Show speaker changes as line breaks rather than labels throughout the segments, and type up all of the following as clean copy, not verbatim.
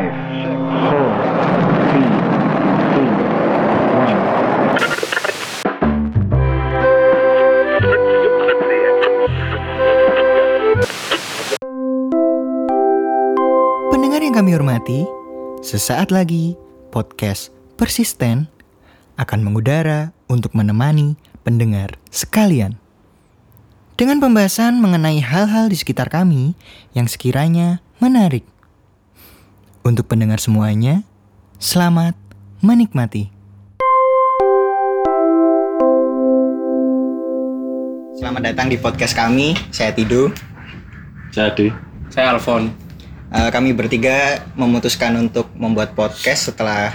Pendengar yang kami hormati, sesaat lagi podcast Persisten akan mengudara untuk menemani pendengar sekalian. Dengan pembahasan mengenai hal-hal di sekitar kami yang sekiranya menarik. Untuk pendengar semuanya, selamat menikmati. Selamat datang di podcast kami, saya Tido.
Saya Alfon.
Kami bertiga memutuskan untuk membuat podcast setelah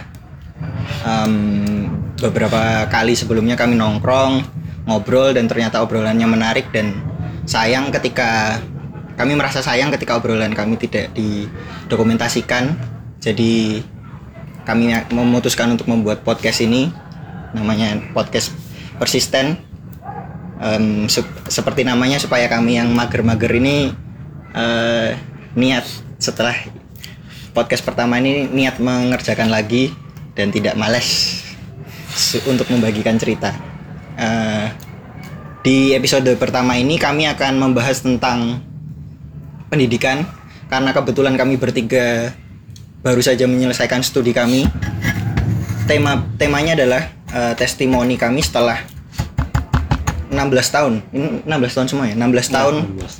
beberapa kali sebelumnya kami nongkrong, ngobrol, dan ternyata obrolannya menarik, dan kami merasa sayang ketika obrolan kami tidak didokumentasikan. Jadi kami memutuskan untuk membuat podcast ini, namanya podcast Persisten. Seperti namanya, supaya kami yang mager-mager ini niat setelah podcast pertama ini niat mengerjakan lagi dan tidak malas untuk membagikan cerita. Di episode pertama ini kami akan membahas tentang pendidikan, karena kebetulan kami bertiga baru saja menyelesaikan studi kami. Temanya adalah testimoni kami setelah 16 tahun. Ini 16 tahun semua ya? 16 tahun.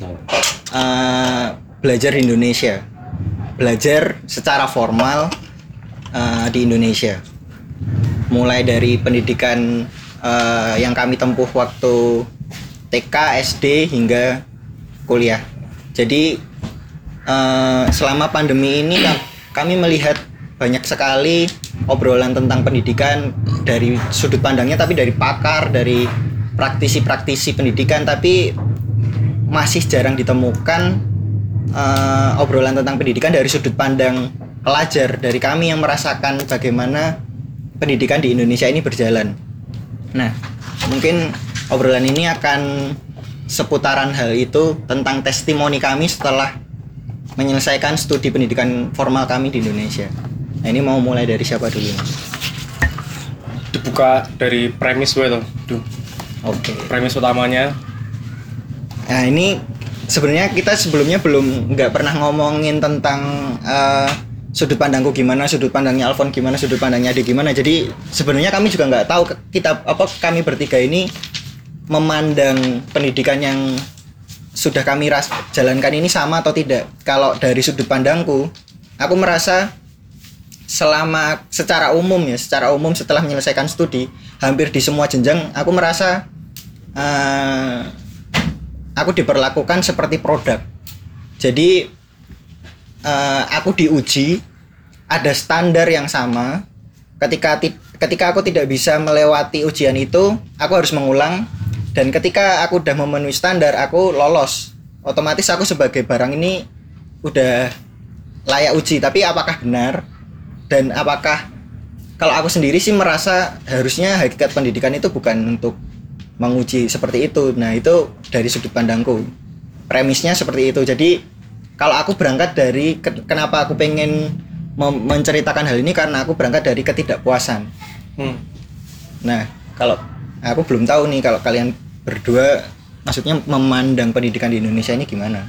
Belajar di Indonesia. Belajar secara formal di Indonesia. Mulai dari pendidikan yang kami tempuh waktu TK, SD hingga kuliah. Jadi selama pandemi ini kami melihat banyak sekali obrolan tentang pendidikan dari sudut pandangnya, tapi dari pakar, dari praktisi-praktisi pendidikan, tapi masih jarang ditemukan obrolan tentang pendidikan dari sudut pandang pelajar, dari kami yang merasakan bagaimana pendidikan di Indonesia ini berjalan. Nah, mungkin obrolan ini akan seputaran hal itu, tentang testimoni kami setelah menyelesaikan studi pendidikan formal kami di Indonesia. Nah, ini mau mulai dari siapa dulu?
Dibuka dari premis gue tuh.
Oke.
Premis utamanya.
Nah, ini sebenarnya kita sebelumnya nggak pernah ngomongin tentang sudut pandangku gimana, sudut pandangnya Alfon gimana, sudut pandangnya Ade gimana. Jadi sebenarnya kami juga nggak tahu kami bertiga ini memandang pendidikan yang sudah kami jalankan ini sama atau tidak. Kalau dari sudut pandangku, aku merasa secara umum setelah menyelesaikan studi hampir di semua jenjang, aku merasa aku diperlakukan seperti produk. Jadi aku diuji, ada standar yang sama. Ketika aku tidak bisa melewati ujian itu, aku harus mengulang. Dan ketika aku udah memenuhi standar, aku lolos. Otomatis aku sebagai barang ini udah layak uji. Tapi apakah benar? Dan apakah, kalau aku sendiri sih merasa harusnya hakikat pendidikan itu bukan untuk menguji seperti itu. Nah, itu dari sudut pandangku. Premisnya seperti itu. Jadi kalau aku berangkat dari kenapa aku pengen menceritakan hal ini, karena aku berangkat dari ketidakpuasan. Nah, kalau aku belum tahu nih, kalau kalian berdua maksudnya memandang pendidikan di Indonesia ini gimana?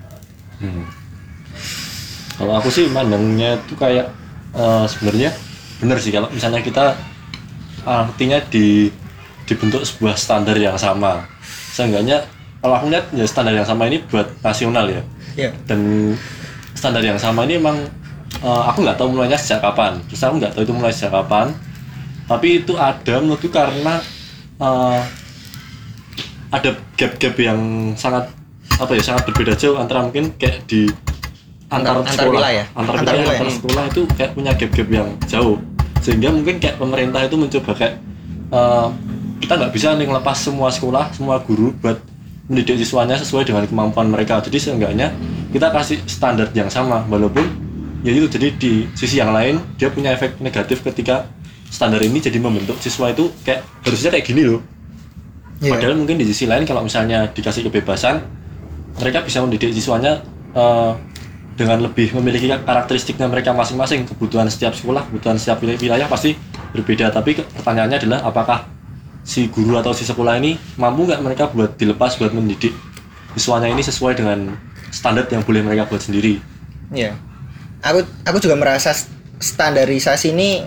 Kalau aku sih mandangnya tuh kayak sebenarnya benar sih, kalau misalnya kita artinya dibentuk sebuah standar yang sama. Seenggaknya kalau aku lihat ya standar yang sama ini buat nasional ya.
Yeah.
Dan standar yang sama ini emang aku nggak tahu mulainya sejak kapan. Terus aku nggak tahu itu mulai sejak kapan. Tapi itu ada menurutku karena ada gap-gap yang sangat berbeda jauh antara mungkin kayak di antar sekolah, antar sekolah itu kayak punya gap-gap yang jauh, sehingga mungkin kayak pemerintah itu mencoba kayak kita nggak bisa nih ngelepas semua sekolah, semua guru buat mendidik siswanya sesuai dengan kemampuan mereka. Jadi seenggaknya kita kasih standar yang sama, walaupun ya itu, jadi di sisi yang lain dia punya efek negatif ketika standar ini jadi membentuk siswa itu kayak harusnya kayak gini loh. Padahal mungkin di sisi lain kalau misalnya dikasih kebebasan, mereka bisa mendidik siswanya dengan lebih memiliki karakteristiknya mereka masing-masing. Kebutuhan setiap sekolah, kebutuhan setiap wilayah pasti berbeda. Tapi pertanyaannya adalah apakah si guru atau si sekolah ini mampu nggak mereka buat dilepas buat mendidik siswanya ini sesuai dengan standar yang boleh mereka buat sendiri.
Iya. Aku juga merasa standarisasi ini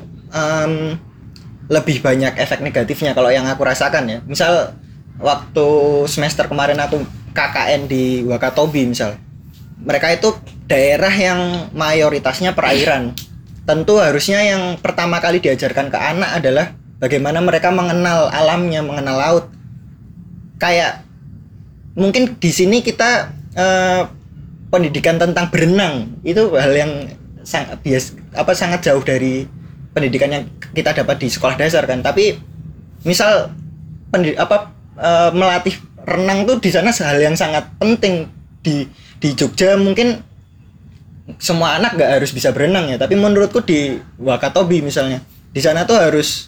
lebih banyak efek negatifnya kalau yang aku rasakan ya. Misal waktu semester kemarin aku KKN di Wakatobi misal. Mereka itu daerah yang mayoritasnya perairan. Tentu harusnya yang pertama kali diajarkan ke anak adalah bagaimana mereka mengenal alamnya, mengenal laut. Kayak mungkin di sini kita pendidikan tentang berenang itu hal yang sangat jauh dari pendidikan yang kita dapat di sekolah dasar kan. Tapi misal melatih renang tuh di sana hal yang sangat penting. Di Jogja mungkin semua anak nggak harus bisa berenang ya, tapi menurutku di Wakatobi misalnya di sana tuh harus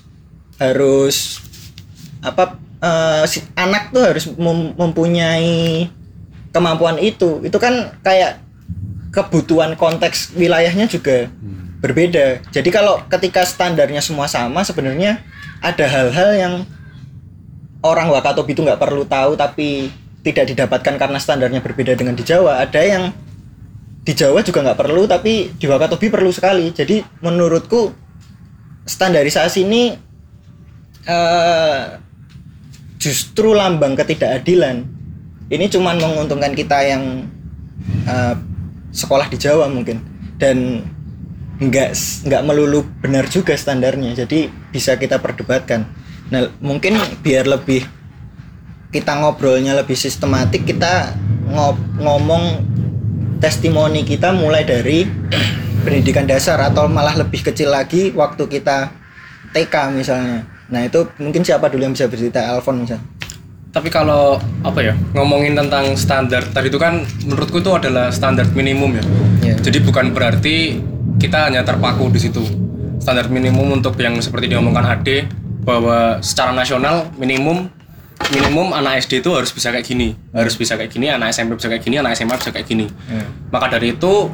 si anak tuh harus mempunyai kemampuan itu kan kayak kebutuhan konteks wilayahnya juga berbeda. Jadi kalau ketika standarnya semua sama sebenarnya ada hal-hal yang orang Wakatobi itu nggak perlu tahu tapi tidak didapatkan karena standarnya berbeda dengan di Jawa. Ada yang di Jawa juga nggak perlu tapi di Wakatobi perlu sekali. Jadi menurutku standarisasi ini justru lambang ketidakadilan. Ini cuman menguntungkan kita yang sekolah di Jawa mungkin, dan nggak melulu benar juga standarnya. Jadi bisa kita perdebatkan. Nah mungkin biar lebih kita ngobrolnya lebih sistematik, kita ngomong testimoni kita mulai dari pendidikan dasar atau malah lebih kecil lagi waktu kita TK misalnya. Nah itu mungkin siapa dulu yang bisa bercerita? Alfon misalnya.
Tapi kalau ngomongin tentang standar tadi itu kan menurutku itu adalah standar minimum ya. Yeah. Jadi bukan berarti kita hanya terpaku di situ. Standar minimum untuk yang seperti diomongkan Ade bahwa secara nasional minimum anak SD itu harus bisa kayak gini, anak SMP bisa kayak gini, anak SMA bisa kayak gini. Maka dari itu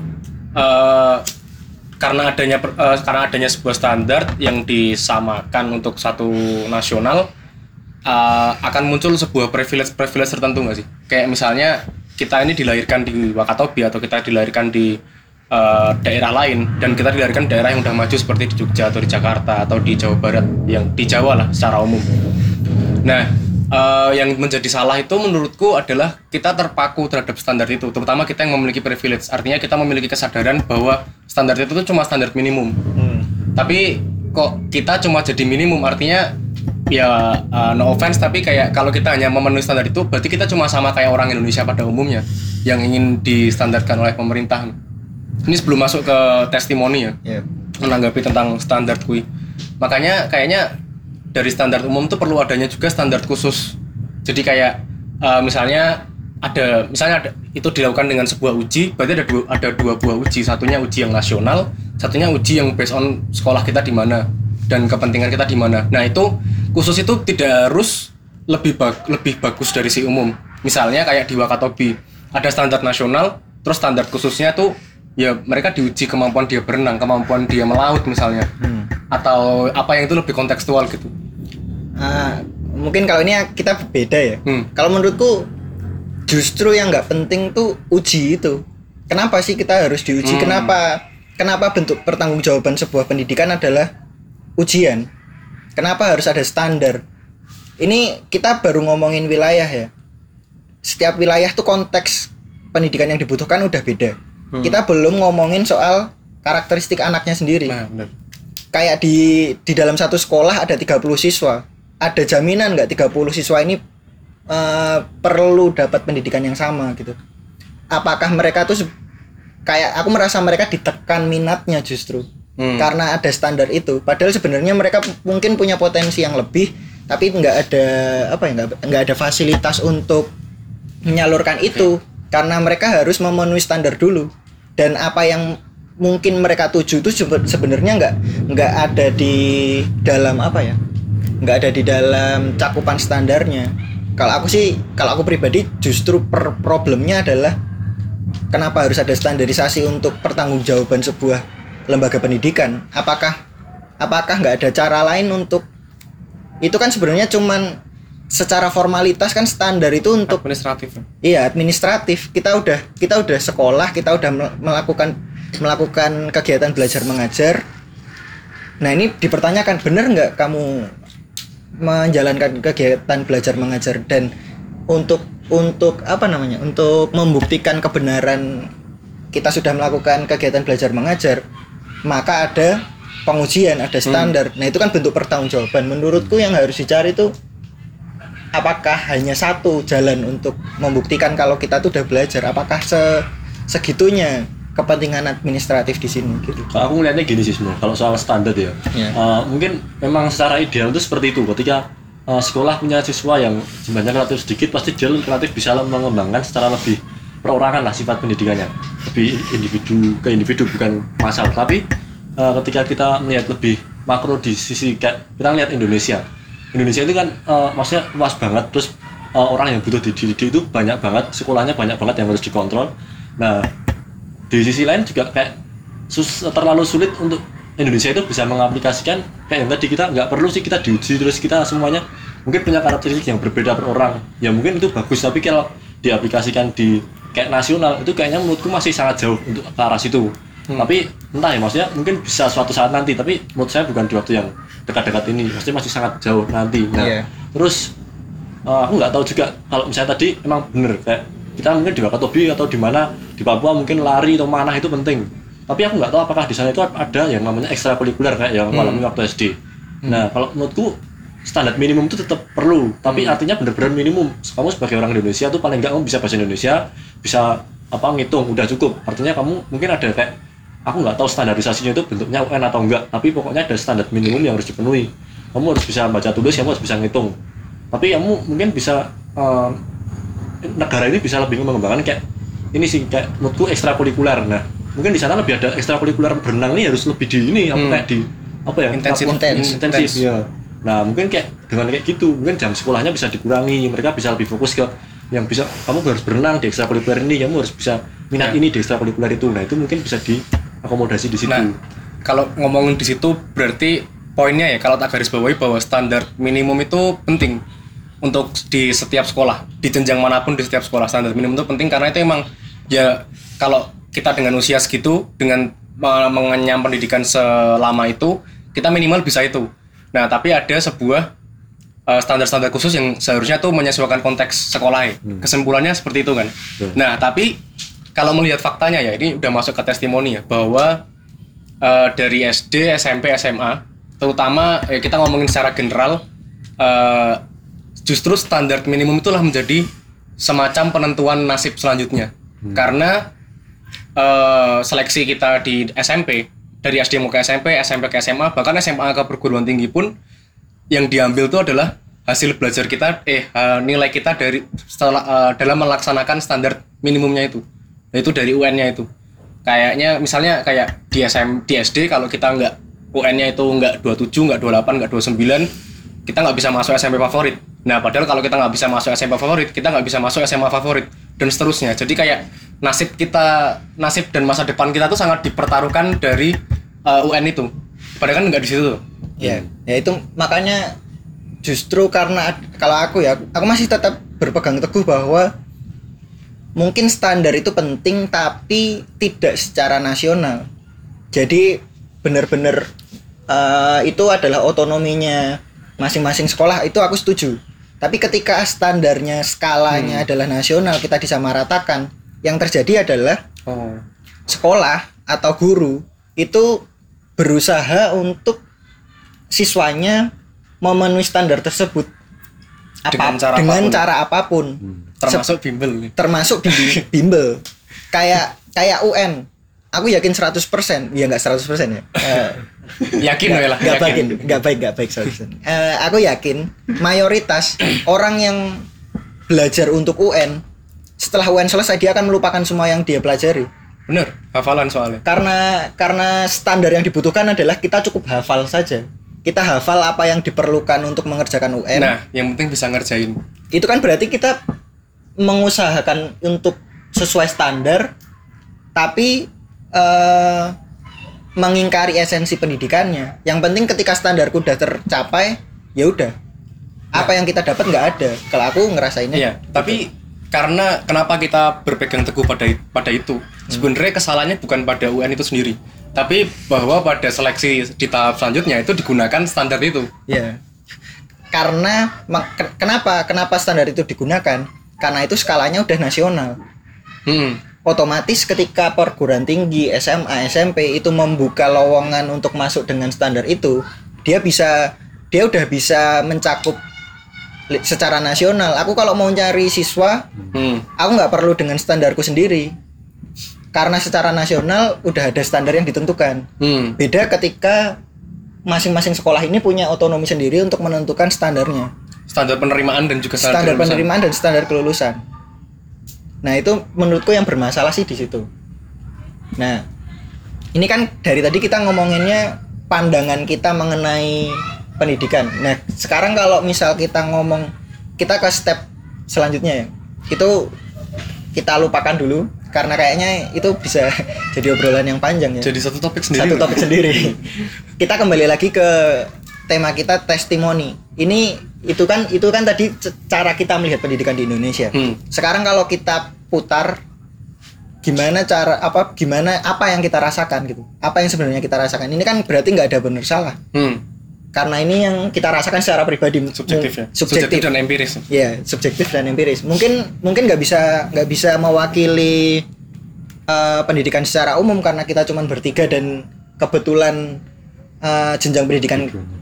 karena adanya sebuah standar yang disamakan untuk satu nasional, akan muncul sebuah privilege tertentu nggak sih? Kayak misalnya kita ini dilahirkan di Wakatobi atau kita dilahirkan di daerah lain, dan kita dilahirkan daerah yang udah maju seperti di Jogja atau di Jakarta atau di Jawa Barat, yang di Jawa lah secara umum. Nah yang menjadi salah itu menurutku adalah kita terpaku terhadap standar itu, terutama kita yang memiliki privilege. Artinya kita memiliki kesadaran bahwa standar itu tuh cuma standar minimum. Tapi kok kita cuma jadi minimum, artinya ya no offense, tapi kayak kalau kita hanya memenuhi standar itu berarti kita cuma sama kayak orang Indonesia pada umumnya yang ingin distandarkan oleh pemerintah. Ini sebelum masuk ke testimoni ya, menanggapi tentang standar kui. Makanya kayaknya dari standar umum itu perlu adanya juga standar khusus. Jadi kayak misalnya itu dilakukan dengan sebuah uji, berarti ada dua buah uji. Satunya uji yang nasional, satunya uji yang based on sekolah kita di mana dan kepentingan kita di mana. Nah itu khusus itu tidak harus lebih bagus dari si umum. Misalnya kayak di Wakatobi ada standar nasional, terus standar khususnya tuh ya mereka diuji kemampuan dia berenang, kemampuan dia melaut misalnya, atau apa yang itu lebih kontekstual gitu.
Mungkin kalau ini kita beda ya. Kalau menurutku justru yang nggak penting tuh uji itu. Kenapa sih kita harus diuji? Kenapa bentuk pertanggungjawaban sebuah pendidikan adalah ujian? Kenapa harus ada standar? Ini kita baru ngomongin wilayah ya. Setiap wilayah tuh konteks pendidikan yang dibutuhkan udah beda. Kita belum ngomongin soal karakteristik anaknya sendiri.
Benar.
Kayak di dalam satu sekolah ada 30 siswa. Ada jaminan nggak 30 siswa ini perlu dapat pendidikan yang sama gitu? Apakah mereka tuh kayak aku merasa mereka ditekan minatnya justru karena ada standar itu. Padahal sebenarnya mereka mungkin punya potensi yang lebih, tapi nggak ada fasilitas untuk menyalurkan itu karena mereka harus memenuhi standar dulu. Dan apa yang mungkin mereka tuju itu sebenarnya nggak ada di dalam nggak ada di dalam cakupan standarnya. Kalau aku pribadi justru problemnya adalah kenapa harus ada standarisasi untuk pertanggungjawaban sebuah lembaga pendidikan? Apakah nggak ada cara lain untuk itu? Kan sebenarnya cuman secara formalitas kan standar itu untuk
administratif.
Iya, administratif. Kita udah sekolah, kita udah melakukan kegiatan belajar mengajar. Nah, ini dipertanyakan, benar nggak kamu menjalankan kegiatan belajar mengajar? Dan untuk untuk membuktikan kebenaran kita sudah melakukan kegiatan belajar mengajar, maka ada pengujian, ada standar. Nah, itu kan bentuk pertanggungjawaban. Menurutku yang harus dicari itu apakah hanya satu jalan untuk membuktikan kalau kita tuh udah belajar? Apakah segitunya kepentingan administratif di sini gitu?
Kalau aku ngeliatnya gini sih sebenarnya, kalau soal standar ya, mungkin memang secara ideal itu seperti itu. Ketika sekolah punya siswa yang jumlahnya relatif sedikit, pasti dia relatif bisa mengembangkan secara lebih perorangan lah sifat pendidikannya, lebih individu ke individu, bukan masalah. Tapi ketika kita melihat lebih makro di sisi kayak kita lihat Indonesia itu kan maksudnya luas banget, terus orang yang butuh dididik itu banyak banget, sekolahnya banyak banget yang harus dikontrol. Nah, di sisi lain juga kayak terlalu sulit untuk Indonesia itu bisa mengaplikasikan kayak yang tadi, kita nggak perlu sih kita diuji terus kita semuanya mungkin punya karakteristik yang berbeda per orang. Ya mungkin itu bagus, tapi kalau diaplikasikan di kayak nasional itu kayaknya menurutku masih sangat jauh untuk ke arah situ. Tapi entah ya, maksudnya mungkin bisa suatu saat nanti, tapi menurut saya bukan di waktu yang dekat-dekat ini, maksudnya masih sangat jauh nanti. Nah, terus aku nggak tahu juga kalau misalnya tadi emang bener kayak kita mungkin di Wakatobi atau di mana di Papua mungkin lari atau manah itu penting, tapi aku nggak tahu apakah di sana itu ada yang namanya ekstrakurikuler kayak yang alami waktu SD. Nah, kalau menurutku standar minimum itu tetap perlu, tapi artinya benar-benar minimum. Kamu sebagai orang Indonesia tuh paling nggak kamu bisa bahasa Indonesia, bisa ngitung, udah cukup. Artinya kamu mungkin ada kayak, aku nggak tahu standarisasinya itu bentuknya UN atau enggak, tapi pokoknya ada standar minimum yang harus dipenuhi. Kamu harus bisa baca tulis, kamu harus bisa ngitung. Tapi kamu mungkin bisa negara ini bisa lebih mengembangkan kayak ini sih, kayak menurutku ekstrakurikuler. Nah, mungkin di sana lebih ada ekstrakurikuler berenang nih, harus lebih di ini kayak di intensif ya. Nah, mungkin kayak dengan kayak gitu, mungkin jam sekolahnya bisa dikurangi, mereka bisa lebih fokus ke yang bisa, kamu harus berenang di ekstrakurikuler ini, kamu harus bisa minat ini di ekstrakurikuler itu. Nah, itu mungkin bisa diakomodasi di situ.
Nah, kalau ngomongin di situ berarti poinnya ya, kalau tak garis bawahi bahwa standar minimum itu penting untuk di setiap sekolah, di jenjang manapun di setiap sekolah standar minimum itu penting, karena itu emang ya kalau kita dengan usia segitu, dengan mengenyam pendidikan selama itu, kita minimal bisa itu. Nah, tapi ada sebuah standar-standar khusus yang seharusnya tuh menyesuaikan konteks sekolahnya. Kesimpulannya seperti itu kan. Nah, tapi kalau melihat faktanya ya, ini udah masuk ke testimoni ya, bahwa dari SD, SMP, SMA, terutama kita ngomongin secara general, justru standar minimum itulah menjadi semacam penentuan nasib selanjutnya. Karena seleksi kita di SMP, dari SD mau ke SMP, SMP ke SMA, bahkan SMA ke perguruan tinggi pun yang diambil itu adalah hasil belajar kita, nilai kita dari setelah dalam melaksanakan standar minimumnya itu, yaitu dari UN-nya itu. Kayaknya misalnya kayak di SD kalau kita nggak UN-nya itu nggak 27, nggak 28, nggak 29, kita nggak bisa masuk SMP favorit. Nah, padahal kalau kita nggak bisa masuk SMP favorit, kita nggak bisa masuk SMA favorit, dan seterusnya. Jadi kayak nasib dan masa depan kita tuh sangat dipertaruhkan dari UN itu. Padahal kan nggak di situ.
Ya itu makanya justru karena kalau aku masih tetap berpegang teguh bahwa mungkin standar itu penting tapi tidak secara nasional. Jadi benar-benar itu adalah otonominya masing-masing sekolah, itu aku setuju. Tapi ketika standarnya, skalanya adalah nasional, kita disamaratakan, yang terjadi adalah sekolah atau guru itu berusaha untuk siswanya memenuhi standar tersebut dengan cara apapun,
termasuk bimbel.
Bimbel. Kayak UN. Aku yakin 100%, ya enggak 100% ya.
Yakin ya lah.
Enggak baik 100%. Aku yakin mayoritas orang yang belajar untuk UN, setelah UN selesai dia akan melupakan semua yang dia pelajari.
Bener, hafalan soalnya.
Karena standar yang dibutuhkan adalah kita cukup hafal saja. Kita hafal apa yang diperlukan untuk mengerjakan UN.
Nah, yang penting bisa ngerjain.
Itu kan berarti kita mengusahakan untuk sesuai standar tapi mengingkari esensi pendidikannya. Yang penting ketika standarku udah tercapai, ya udah. Apa yang kita dapat nggak ada. Kalau aku ngerasainnya.
Iya, tapi karena kenapa kita berpegang teguh pada itu? Sebenarnya kesalahannya bukan pada UN itu sendiri, tapi bahwa pada seleksi di tahap selanjutnya itu digunakan standar itu.
Iya. Karena kenapa standar itu digunakan? Karena itu skalanya udah nasional. Otomatis ketika perguruan tinggi, SMA, SMP itu membuka lowongan untuk masuk dengan standar itu, dia udah bisa mencakup secara nasional. Aku kalau mau cari siswa, aku nggak perlu dengan standarku sendiri, karena secara nasional udah ada standar yang ditentukan. Beda ketika masing-masing sekolah ini punya otonomi sendiri untuk menentukan standarnya.
Standar penerimaan dan juga
standar penerimaan dan standar kelulusan. Nah, itu menurutku yang bermasalah sih di situ. Nah, ini kan dari tadi kita ngomonginnya pandangan kita mengenai pendidikan. Nah, sekarang kalau misal kita kita ke step selanjutnya ya. Itu kita lupakan dulu karena kayaknya itu bisa jadi obrolan yang panjang ya.
Jadi satu topik sendiri. Kita kembali lagi ke tema kita, testimoni. Itu kan tadi cara kita melihat pendidikan di Indonesia. Sekarang kalau kita putar gimana apa yang kita rasakan gitu. Apa yang sebenarnya kita rasakan. Ini kan berarti nggak ada benar salah. Karena ini yang kita rasakan secara pribadi, subjektif dan empiris.
Iya, subjektif dan empiris. Mungkin nggak bisa mewakili pendidikan secara umum karena kita cuma bertiga dan kebetulan jenjang pendidikan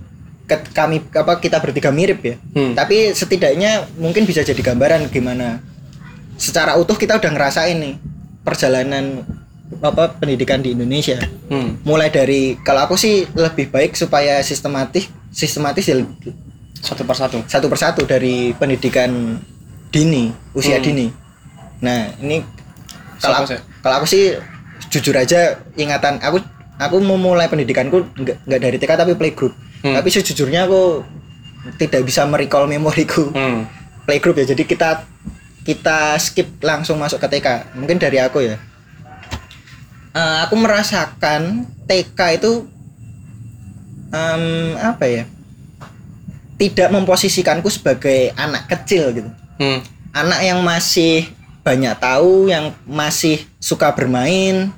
kita bertiga mirip ya. Tapi setidaknya mungkin bisa jadi gambaran gimana secara utuh kita udah ngerasain nih perjalanan pendidikan di Indonesia. Mulai dari, kalau aku sih lebih baik supaya sistematis ya, satu persatu dari pendidikan dini, usia dini. Nah, ini kalau aku sih jujur aja ingatan aku memulai pendidikanku nggak dari TK tapi playgroup. Tapi sejujurnya aku tidak bisa merecall memoriku. Playgroup ya. Jadi kita skip langsung masuk ke TK. Mungkin dari aku ya. Aku merasakan TK itu tidak memposisikanku sebagai anak kecil gitu. Anak yang masih banyak tahu, yang masih suka bermain.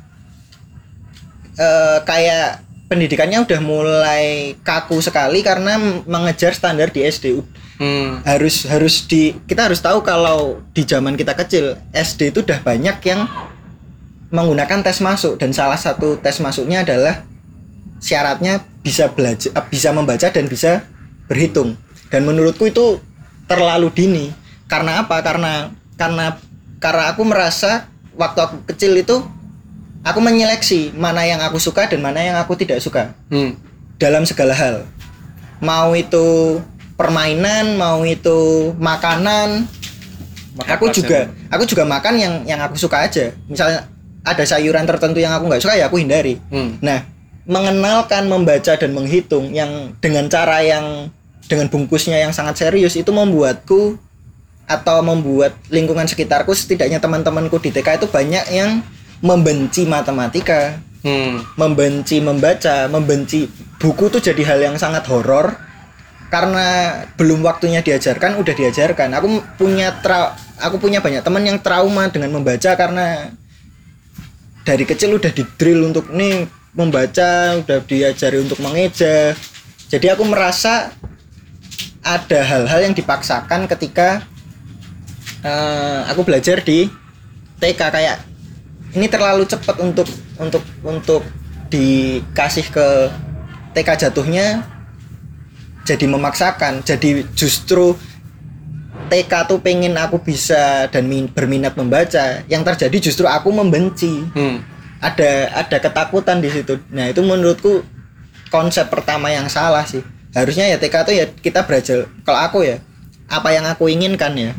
Kayak pendidikannya udah mulai kaku sekali karena mengejar standar di SD. Kita harus tahu kalau di zaman kita kecil SD itu udah banyak yang menggunakan tes masuk, dan salah satu tes masuknya adalah syaratnya bisa membaca dan bisa berhitung. Dan menurutku itu terlalu dini. Karena apa? Karena aku merasa waktu aku kecil itu aku menyeleksi mana yang aku suka dan mana yang aku tidak suka. Dalam segala hal. Mau itu permainan, mau itu makanan. Aku juga makan yang aku suka aja. Misalnya ada sayuran tertentu yang aku nggak suka ya aku hindari. Nah, mengenalkan membaca dan menghitung yang dengan cara yang dengan bungkusnya yang sangat serius itu membuat lingkungan sekitarku, setidaknya teman-temanku di TK itu banyak yang membenci matematika, membenci membaca, membenci buku tuh jadi hal yang sangat horor karena belum waktunya diajarkan udah diajarkan. Aku punya banyak teman yang trauma dengan membaca karena dari kecil udah di-drill untuk nih membaca, udah diajari untuk mengeja. Jadi aku merasa ada hal-hal yang dipaksakan ketika aku belajar di TK, kayak ini terlalu cepat untuk dikasih ke TK, jatuhnya jadi memaksakan. Jadi justru TK tuh pengen aku bisa dan berminat membaca, yang terjadi justru aku membenci. Ada ketakutan di situ. Nah, itu menurutku konsep pertama yang salah sih. Harusnya ya TK tuh ya kita belajar. Kalau aku ya, apa yang aku inginkan ya,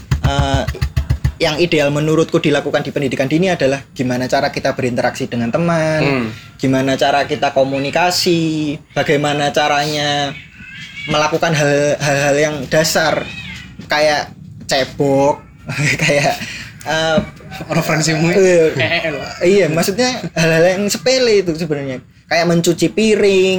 yang ideal menurutku dilakukan di pendidikan dini adalah gimana cara kita berinteraksi dengan teman, gimana cara kita komunikasi, bagaimana caranya melakukan hal-hal yang dasar kayak cebok, kayak
referensimu.
Iya, maksudnya hal-hal yang sepele itu sebenarnya. Kayak mencuci piring,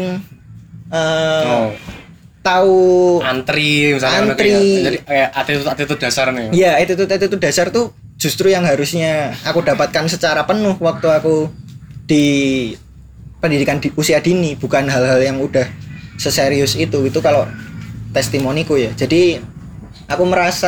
tahu
antri misalnya. Jadi kayak attitude dasar nih.
Iya, attitude dasar tuh justru yang harusnya aku dapatkan secara penuh waktu aku di pendidikan di usia dini, bukan hal-hal yang udah seserius itu kalau testimoniku ya. Jadi aku merasa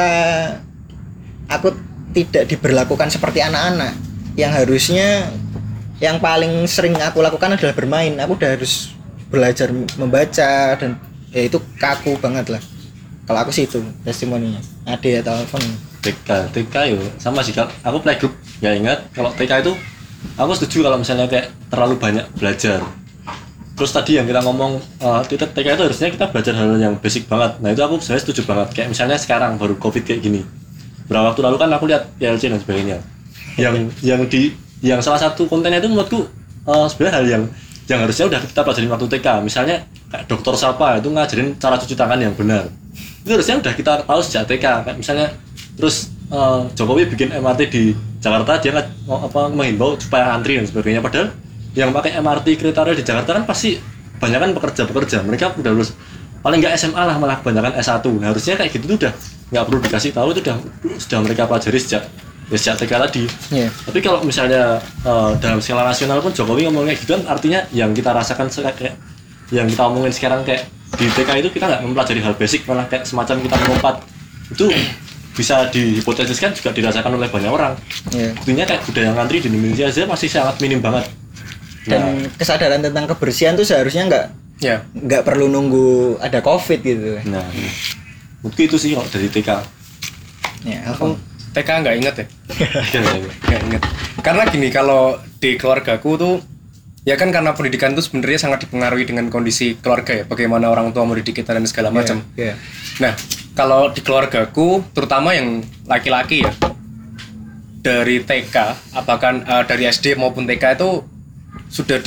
aku tidak diberlakukan seperti anak-anak yang harusnya yang paling sering aku lakukan adalah bermain. Aku udah harus belajar membaca dan ya itu kaku banget lah. Kalau aku sih itu testimoninya. Ade atau Alfon.
TK yo sama sih, aku playgroup nggak ingat. Kalau TK itu aku setuju kalau misalnya kayak terlalu banyak belajar. Terus tadi yang kita ngomong TK itu harusnya kita belajar hal yang basic banget. Nah itu aku sebenarnya setuju banget. Kayak misalnya sekarang baru COVID kayak gini. Beberapa waktu lalu kan aku lihat PLC dan sebagainya. Yang salah satu kontennya itu menurutku sebenarnya hal yang harusnya udah kita pelajarin waktu TK. Misalnya kayak dokter siapa itu ngajarin cara cuci tangan yang benar. Itu harusnya udah kita tahu sejak TK. Kayak misalnya terus Jokowi bikin MRT di Jakarta, dia menghimbau supaya antri dan sebagainya. Padahal yang pakai MRT kereta rel di Jakarta kan pasti banyak kan pekerja. Mereka udah lulus paling nggak SMA lah, malah kebanyakan S1. Nah, harusnya kayak gitu tuh udah nggak perlu dikasih tahu, itu sudah mereka pelajari sejak TK tadi. Yeah. Tapi kalau misalnya dalam skala nasional pun Jokowi ngomongnya gitu kan, artinya yang kita rasakan kayak yang kita omongin sekarang kayak di TK itu kita nggak mempelajari hal basic, malah kayak semacam kita melompat. Itu bisa dihipotesiskan juga dirasakan oleh banyak orang. Yeah. Artinya kayak budaya ngantri di Indonesia aja masih sangat minim banget.
Dan kesadaran tentang kebersihan tuh seharusnya nggak perlu nunggu ada COVID gitu.
Nah, mungkin itu sih kalau dari TK.
Ya, aku
TK nggak inget ya. Nggak inget. Karena gini, kalau di keluargaku tuh ya kan karena pendidikan itu sebenarnya sangat dipengaruhi dengan kondisi keluarga ya, bagaimana orang tua mendidik kita dan segala macam.
Yeah.
Nah, kalau di keluargaku terutama yang laki-laki ya, dari TK, bahkan dari SD maupun TK itu sudah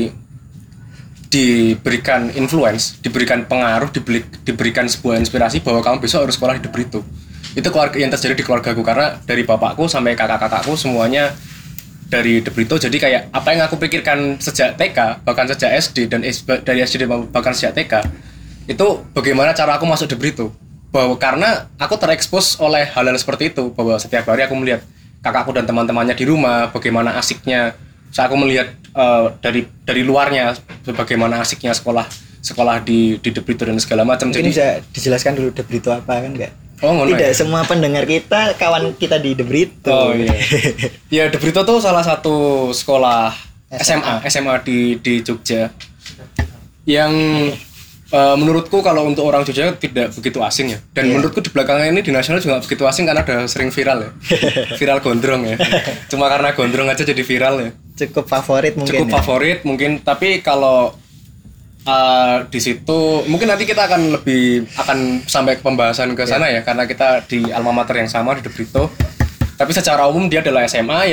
diberikan influence, diberikan pengaruh, diberikan sebuah inspirasi bahwa kamu besok harus sekolah di Debrito. Itu keluarga yang terjadi di keluargaku, karena dari bapakku sampai kakak-kakakku semuanya dari Debrito. Jadi kayak apa yang aku pikirkan sejak TK, bahkan sejak SD dan dari SD bahkan sejak TK, itu bagaimana cara aku masuk Debrito. Bahwa karena aku terekspos oleh hal-hal seperti itu, bahwa setiap hari aku melihat kakakku dan teman-temannya di rumah, bagaimana asiknya. Saya aku melihat dari luarnya bagaimana asiknya sekolah di Debrito dan segala macam.
Mungkin bisa dijelaskan dulu Debrito apa kan enggak?
Oh,
tidak semua pendengar kita kawan kita di Debrito.
Oh iya. Ya Debrito tuh salah satu sekolah SMA di Jogja. Yang menurutku kalau untuk orang Jogja tidak begitu asing ya. Dan menurutku di belakangnya ini di nasional juga begitu asing karena ada sering viral ya. Viral gondrong ya. Cuma karena gondrong aja jadi viral ya.
Cukup favorit
mungkin. Tapi kalau di situ mungkin nanti kita akan sampai ke pembahasan ke sana ya, karena kita di alma mater yang sama di Debrito. Tapi secara umum dia adalah SMA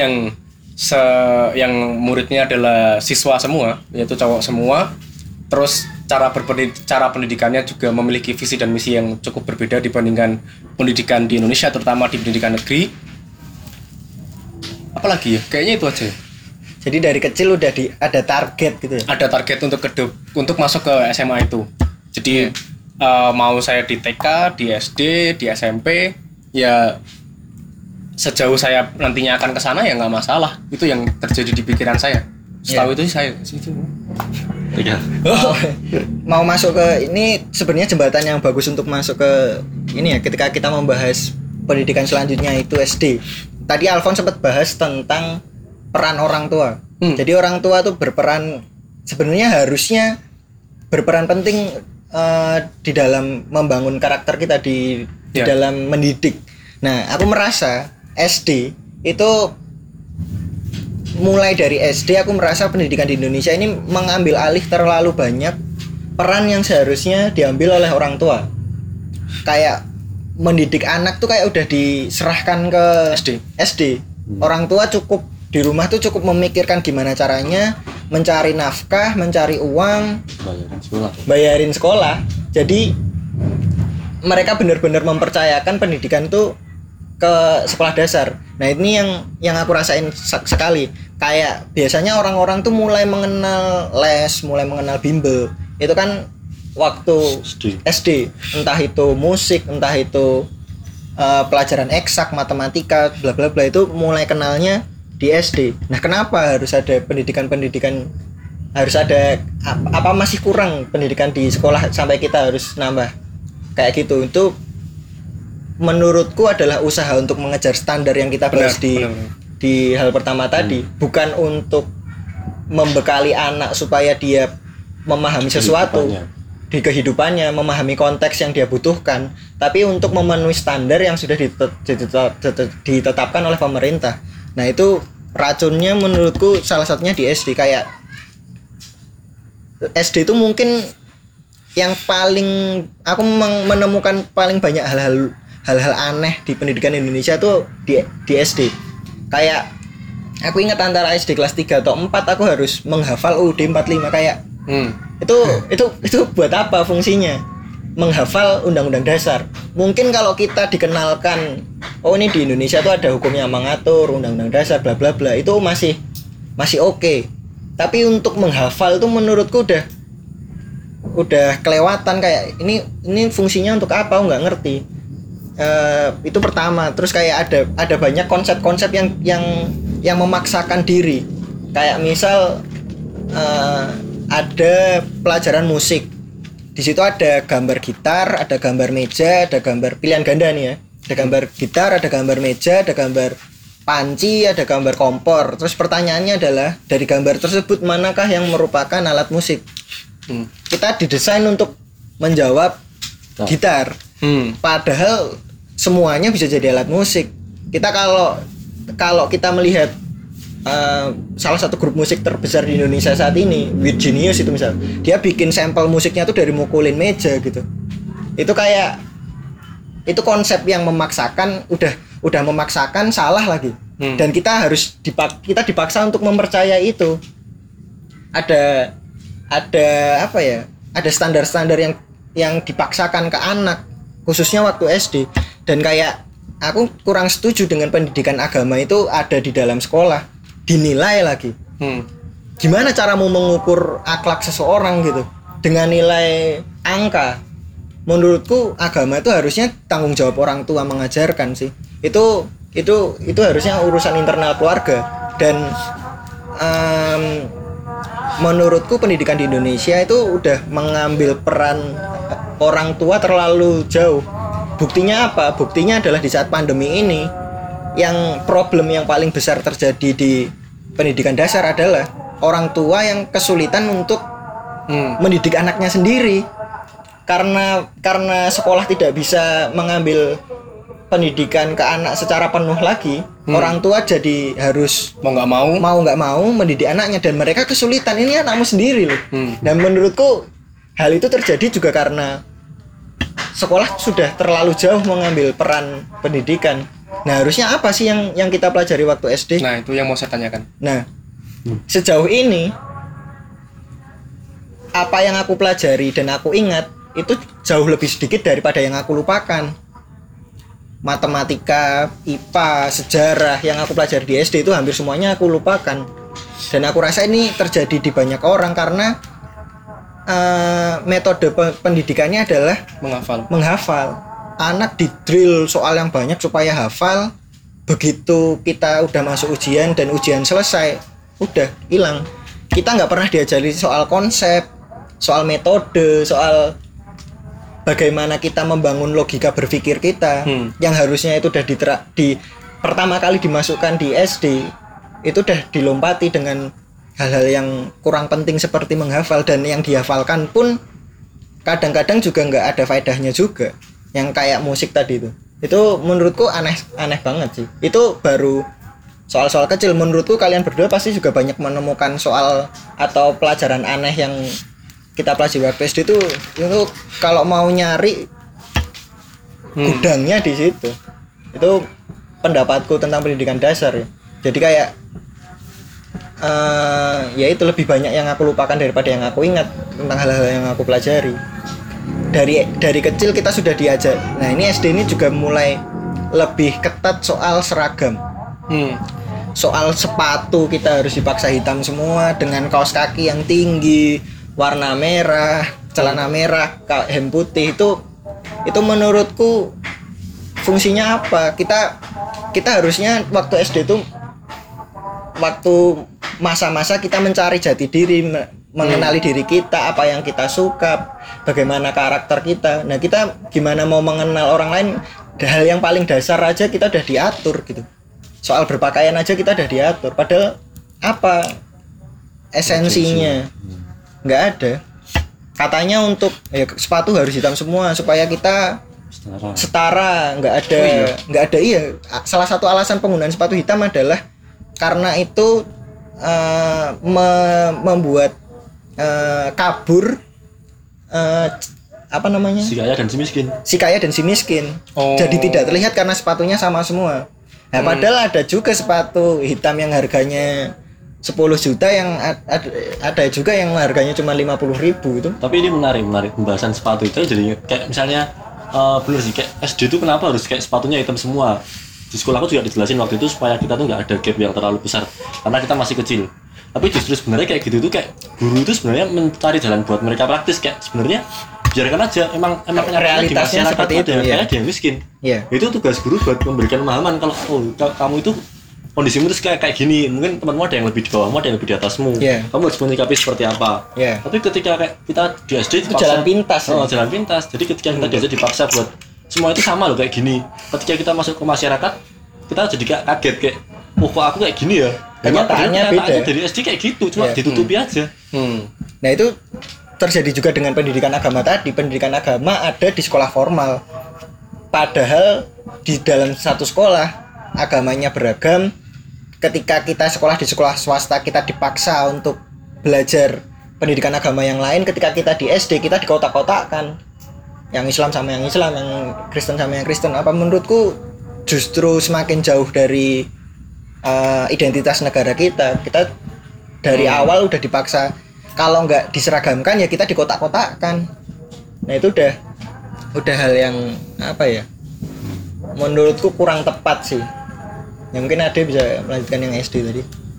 yang muridnya adalah siswa semua, yaitu cowok semua. Terus cara pendidikannya juga memiliki visi dan misi yang cukup berbeda dibandingkan pendidikan di Indonesia, terutama di pendidikan negeri. Apalagi ya, kayaknya itu aja.
Jadi dari kecil udah ada target gitu ya?
Ada target untuk masuk ke SMA itu. Jadi mau saya di TK, di SD, di SMP, ya sejauh saya nantinya akan ke sana ya nggak masalah. Itu yang terjadi di pikiran saya. Setahu itu saya situ.
Iya.
Mau masuk ke ini sebenarnya jembatan yang bagus untuk masuk ke ini ya, ketika kita membahas pendidikan selanjutnya itu SD. Tadi Alfon sempat bahas tentang peran orang tua. Jadi orang tua tuh harusnya berperan penting di dalam membangun karakter kita di dalam mendidik. Nah, aku merasa SD itu mulai dari SD aku merasa pendidikan di Indonesia ini mengambil alih terlalu banyak peran yang seharusnya diambil oleh orang tua. Kayak mendidik anak tuh kayak udah diserahkan ke SD. Orang tua di rumah tuh cukup memikirkan gimana caranya mencari nafkah, mencari uang, bayarin sekolah. Jadi mereka benar-benar mempercayakan pendidikan tuh ke sekolah dasar. Nah ini yang aku rasain sekali. Kayak biasanya orang-orang tuh mulai mengenal les, mulai mengenal bimbel itu kan waktu SD. Entah itu musik, entah itu pelajaran eksak, matematika, bla bla bla, itu mulai kenalnya di SD. Nah kenapa harus ada pendidikan, harus ada apa masih kurang pendidikan di sekolah sampai kita harus nambah kayak gitu? Itu menurutku adalah usaha untuk mengejar standar yang kita bahas di hal pertama tadi, bukan untuk membekali anak supaya dia memahami sesuatu di kehidupannya, memahami konteks yang dia butuhkan, tapi untuk memenuhi standar yang sudah ditetapkan oleh pemerintah. Nah itu racunnya menurutku salah satunya di SD. Kayak SD itu mungkin yang paling aku menemukan paling banyak hal-hal aneh di pendidikan Indonesia tuh di SD. Kayak aku ingat antara SD kelas 3 atau 4 aku harus menghafal UUD 45 kayak itu buat apa fungsinya? Menghafal undang-undang dasar. Mungkin kalau kita dikenalkan ini di Indonesia tuh ada hukum yang mengatur undang-undang dasar bla bla bla, itu masih oke. Tapi untuk menghafal itu menurutku udah kelewatan. Kayak ini fungsinya untuk apa? Aku nggak ngerti. Itu pertama. Terus kayak ada banyak konsep-konsep yang memaksakan diri. Kayak misal ada pelajaran musik. Di situ ada gambar gitar, ada gambar meja, ada gambar pilihan ganda nih ya. Ada gambar gitar, ada gambar meja, ada gambar panci, ada gambar kompor. Terus pertanyaannya adalah dari gambar tersebut manakah yang merupakan alat musik? Kita didesain untuk menjawab gitar. Padahal semuanya bisa jadi alat musik. Kita kalau kita melihat salah satu grup musik terbesar di Indonesia saat ini, With Genius itu misal, dia bikin sampel musiknya tuh dari mukulin meja gitu. Itu konsep yang memaksakan, udah memaksakan, salah lagi. Dan kita dipaksa untuk mempercayai itu. Ada apa ya? Ada standar-standar yang dipaksakan ke anak, khususnya waktu SD. Dan kayak aku kurang setuju dengan pendidikan agama itu ada di dalam sekolah, dinilai lagi. Gimana caramu mengukur akhlak seseorang gitu dengan nilai angka? Menurutku agama itu harusnya tanggung jawab orang tua mengajarkan sih. Itu harusnya urusan internal keluarga. Dan menurutku pendidikan di Indonesia itu udah mengambil peran orang tua terlalu jauh. Buktinya apa? Buktinya adalah di saat pandemi ini, yang problem yang paling besar terjadi di pendidikan dasar adalah orang tua yang kesulitan untuk mendidik anaknya sendiri. Karena sekolah tidak bisa mengambil pendidikan ke anak secara penuh lagi, orang tua jadi harus mau nggak mau mendidik anaknya, dan mereka kesulitan. Ini anakmu sendiri loh. Dan menurutku hal itu terjadi juga karena sekolah sudah terlalu jauh mengambil peran pendidikan. Nah harusnya apa sih yang kita pelajari waktu SD?
Nah itu yang mau saya tanyakan.
Nah sejauh ini apa yang aku pelajari dan aku ingat itu jauh lebih sedikit daripada yang aku lupakan. Matematika, IPA, sejarah yang aku pelajari di SD itu hampir semuanya aku lupakan. Dan aku rasa ini terjadi di banyak orang karena metode pendidikannya adalah menghafal. Anak di drill soal yang banyak supaya hafal. Begitu kita udah masuk ujian dan ujian selesai, udah hilang. Kita nggak pernah diajari soal konsep, soal metode, soal bagaimana kita membangun logika berpikir kita. Yang harusnya itu udah pertama kali dimasukkan di SD, itu udah dilompati dengan hal-hal yang kurang penting seperti menghafal. Dan yang dihafalkan pun kadang-kadang juga nggak ada faedahnya juga. Yang kayak musik tadi itu menurutku aneh banget sih. Itu baru soal-soal kecil. Menurutku kalian berdua pasti juga banyak menemukan soal atau pelajaran aneh yang kita pelajari waktu SD itu kalau mau nyari gudangnya di situ. Itu pendapatku tentang pendidikan dasar ya. Jadi kayak ya itu lebih banyak yang aku lupakan daripada yang aku ingat tentang hal-hal yang aku pelajari. Dari kecil kita sudah diajar. Nah ini SD ini juga mulai lebih ketat soal seragam. Soal sepatu kita harus dipaksa hitam semua dengan kaos kaki yang tinggi, warna merah, celana merah, hem putih itu menurutku fungsinya apa? Kita harusnya waktu SD itu waktu masa-masa kita mencari jati diri, mengenali diri kita, apa yang kita suka, bagaimana karakter kita. Nah, kita gimana mau mengenal orang lain? Hal yang paling dasar aja kita udah diatur gitu. Soal berpakaian aja kita udah diatur. Padahal apa esensinya? Nggak ada. Katanya untuk sepatu harus hitam semua supaya kita setara. Nggak ada. Iya. Salah satu alasan penggunaan sepatu hitam adalah karena itu membuat kabur apa namanya? Si kaya dan si miskin. Jadi tidak terlihat karena sepatunya sama semua. Nah, padahal ada juga sepatu hitam yang harganya 10 juta, yang ada juga yang harganya cuma 50.000 itu.
Tapi ini menarik pembahasan sepatu itu. Jadi kayak misalnya bener sih, kayak SD itu kenapa harus kayak sepatunya hitam semua? Di sekolah aku juga dijelasin waktu itu supaya kita tuh nggak ada gap yang terlalu besar karena kita masih kecil. Tapi justru sebenarnya kayak gitu tuh kayak guru itu sebenarnya mencari jalan buat mereka praktis, kayak sebenarnya biarkan aja emang
realitasnya seperti itu ya.
Ada yang miskin.
Yeah.
Itu tugas guru buat memberikan pemahaman kalau kamu itu kondisimu terus kayak gini, mungkin temanmu ada yang lebih di bawahmu, ada yang lebih di atasmu.
Yeah.
Kamu harus menyikapi seperti apa.
Yeah.
Tapi ketika kayak kita di SD
itu jalan pintas.
Jalan pintas. Jadi ketika kita di SD dipaksa buat semua itu sama loh kayak gini. Ketika kita masuk ke masyarakat, kita jadi kaget kayak, kok aku kayak gini ya.
Kenyataannya beda.
Dari SD kayak gitu, cuma ditutupi aja.
Nah, itu terjadi juga dengan pendidikan agama tadi. Pendidikan agama ada di sekolah formal. Padahal di dalam satu sekolah agamanya beragam. Ketika kita sekolah di sekolah swasta, kita dipaksa untuk belajar pendidikan agama yang lain. Ketika kita di SD, kita dikotak-kotakkan. Yang Islam sama yang Islam, yang Kristen sama yang Kristen. Apa menurutku justru semakin jauh dari identitas negara kita. Kita dari awal udah dipaksa. Kalau nggak diseragamkan ya kita dikotak-kotakkan. Nah, itu udah hal yang apa ya? Menurutku kurang tepat sih. Ya, mungkin ada bisa melanjutkan yang SD tadi.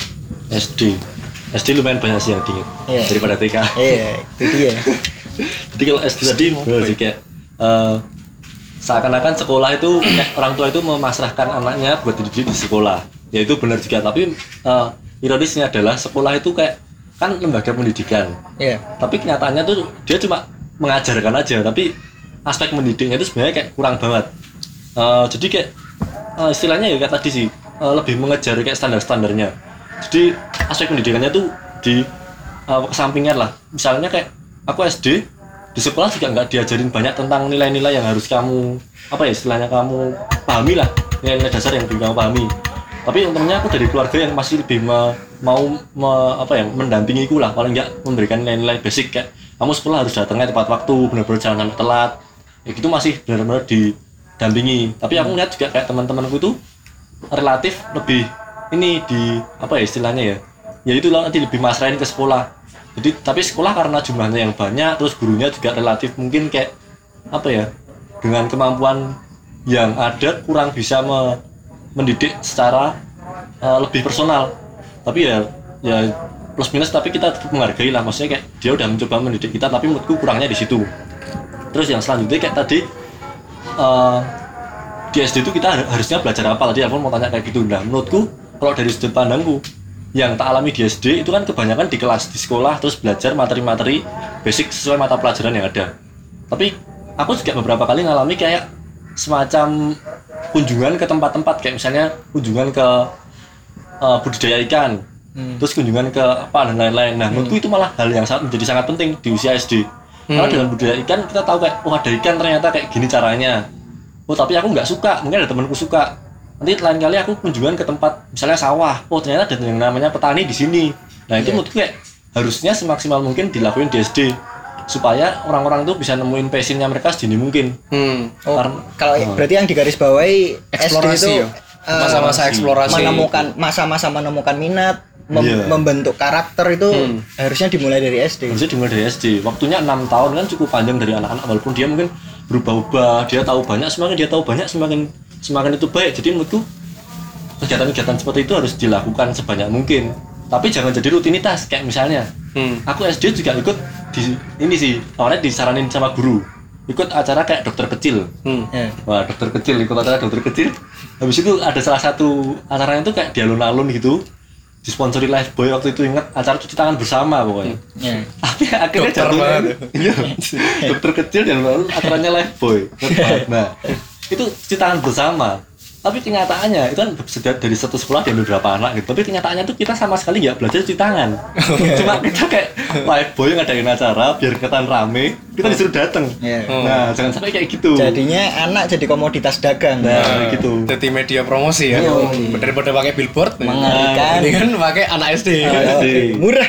SD lumayan banyak sih yang diingat daripada TK. Iya, itu dia.
Jadi kalau SD tadi benar sih kayak seakan-akan sekolah itu kayak orang tua itu memasrahkan anaknya buat dididik di sekolah. Ya itu benar juga, tapi ironisnya adalah sekolah itu kayak kan lembaga pendidikan.
Iya.
Tapi kenyataannya tuh dia cuma mengajarkan aja, tapi aspek mendidiknya itu sebenarnya kayak kurang banget. Jadi kayak istilahnya ya kayak tadi sih, lebih mengejar kayak standar-standarnya. Jadi aspek pendidikannya tuh di kesampingan lah. Misalnya kayak aku SD di sekolah juga nggak diajarin banyak tentang nilai-nilai yang harus kamu istilahnya kamu pahami lah, nilai-nilai dasar yang belum kamu pahami. Tapi untungnya aku dari keluarga yang masih lebih mendampingiku lah, paling nggak memberikan nilai-nilai basic kayak kamu sekolah harus datangnya tepat waktu, benar-benar jangan sampai telat. Ya gitu masih benar-benar didampingi. Tapi aku ngeliat juga kayak teman-temanku tuh relatif lebih istilahnya ya itu nanti lebih masrahin ke sekolah. Jadi tapi sekolah karena jumlahnya yang banyak, terus gurunya juga relatif mungkin kayak dengan kemampuan yang ada kurang bisa mendidik secara lebih personal. Tapi ya plus minus, tapi kita tetap menghargai lah, maksudnya kayak dia udah mencoba mendidik kita, tapi menurutku kurangnya di situ. Terus yang selanjutnya kayak tadi di SD itu kita harusnya belajar apa, tadi aku mau tanya kayak gitu. Nah menurutku kalau dari sudut pandangku yang tak alami di SD itu kan kebanyakan di kelas, di sekolah, terus belajar materi-materi basic sesuai mata pelajaran yang ada. Tapi aku juga beberapa kali ngalami kayak semacam kunjungan ke tempat-tempat, kayak misalnya kunjungan ke budidaya ikan, terus kunjungan ke apa dan lain-lain. Nah menurutku itu malah hal yang menjadi sangat penting di usia SD. Karena dengan budidaya ikan kita tahu kayak ada ikan ternyata kayak gini caranya. Tapi aku nggak suka, mungkin ada temanku suka. Nanti lain kali aku kunjungan ke tempat misalnya sawah, ternyata ada yang namanya petani di sini. Nah itu menurutku kayak harusnya semaksimal mungkin dilakuin di SD supaya orang-orang itu bisa nemuin passionnya mereka sedini mungkin.
Kalau berarti yang digarisbawahi
eksplorasi
SD itu
masa-masa eksplorasi,
menemukan minat, membentuk karakter itu harusnya dimulai dari SD.
Harusnya dimulai dari SD. Waktunya 6 tahun kan cukup panjang dari anak-anak, walaupun dia mungkin berubah-ubah, dia tahu banyak, semakin dia tahu banyak semakin itu baik. Jadi menurutku kegiatan-kegiatan seperti itu harus dilakukan sebanyak mungkin. Tapi jangan jadi rutinitas. Kayak misalnya, aku SD juga ikut ini sih, awalnya disaranin sama guru ikut acara kayak dokter kecil. Wah, dokter kecil, ikut acara dokter kecil. Habis itu ada salah satu acaranya itu kayak di alun-alun gitu, disponsori Lifebuoy waktu itu, ingat acara cuci tangan bersama pokoknya. Tapi akhirnya jatuhnya dokter kecil di alun-alun acaranya Lifebuoy. Nah, itu cuci tangan bersama. Tapi kenyataannya itu kan dari satu sekolah ada beberapa anak gitu. Tapi kenyataannya tuh kita sama sekali nggak belajar cuci tangan. Cuma kita kayak Lifebuoy ngadain acara biar kelihatan rame, kita disuruh datang. Nah, jangan sampai kayak gitu.
Jadinya anak jadi komoditas dagang.
Nah, gitu.
Jadi media promosi ya. Daripada pakai billboard,
mengerikan.
Ini kan pakai anak SD.
Murah.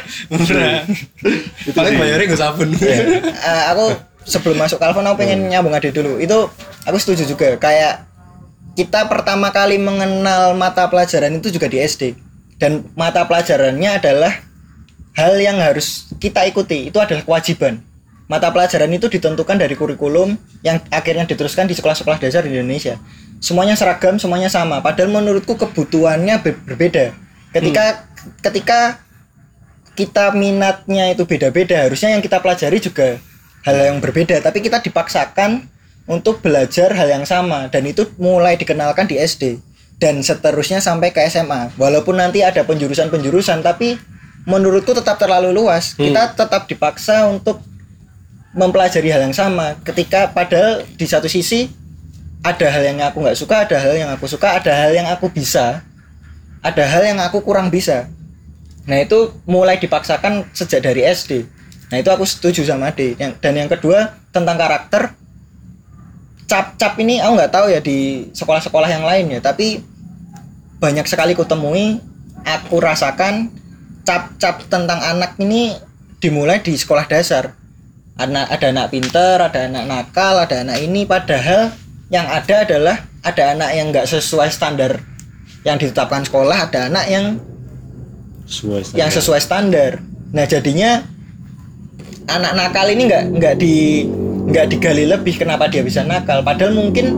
Paling bayarnya nggak sabun.
Aku sebelum masuk Kalfon aku pengen nyambung Ade dulu. Itu aku setuju juga. Kayak kita pertama kali mengenal mata pelajaran itu juga di SD, dan mata pelajarannya adalah hal yang harus kita ikuti, itu adalah kewajiban. Mata pelajaran itu ditentukan dari kurikulum yang akhirnya diteruskan di sekolah-sekolah dasar di Indonesia. Semuanya seragam, semuanya sama, padahal menurutku kebutuhannya berbeda. Ketika kita minatnya itu beda-beda, harusnya yang kita pelajari juga hal yang berbeda, tapi kita dipaksakan untuk belajar hal yang sama, dan itu mulai dikenalkan di SD dan seterusnya sampai ke SMA. Walaupun nanti ada penjurusan-penjurusan, tapi menurutku tetap terlalu luas. Kita tetap dipaksa untuk mempelajari hal yang sama, ketika padahal di satu sisi ada hal yang aku nggak suka, ada hal yang aku suka, ada hal yang aku bisa, ada hal yang aku kurang bisa. Nah, itu mulai dipaksakan sejak dari SD. Nah, itu aku setuju sama Ade. Dan yang kedua tentang karakter. Cap ini aku nggak tahu ya di sekolah-sekolah yang lain ya, tapi banyak sekali kutemui, aku rasakan cap tentang anak ini dimulai di sekolah dasar. Ada anak pinter, ada anak nakal, ada anak ini, padahal yang ada adalah ada anak yang nggak sesuai standar yang ditetapkan sekolah, ada anak yang sesuai standar. Nah, jadinya anak nakal ini nggak digali lebih kenapa dia bisa nakal, padahal mungkin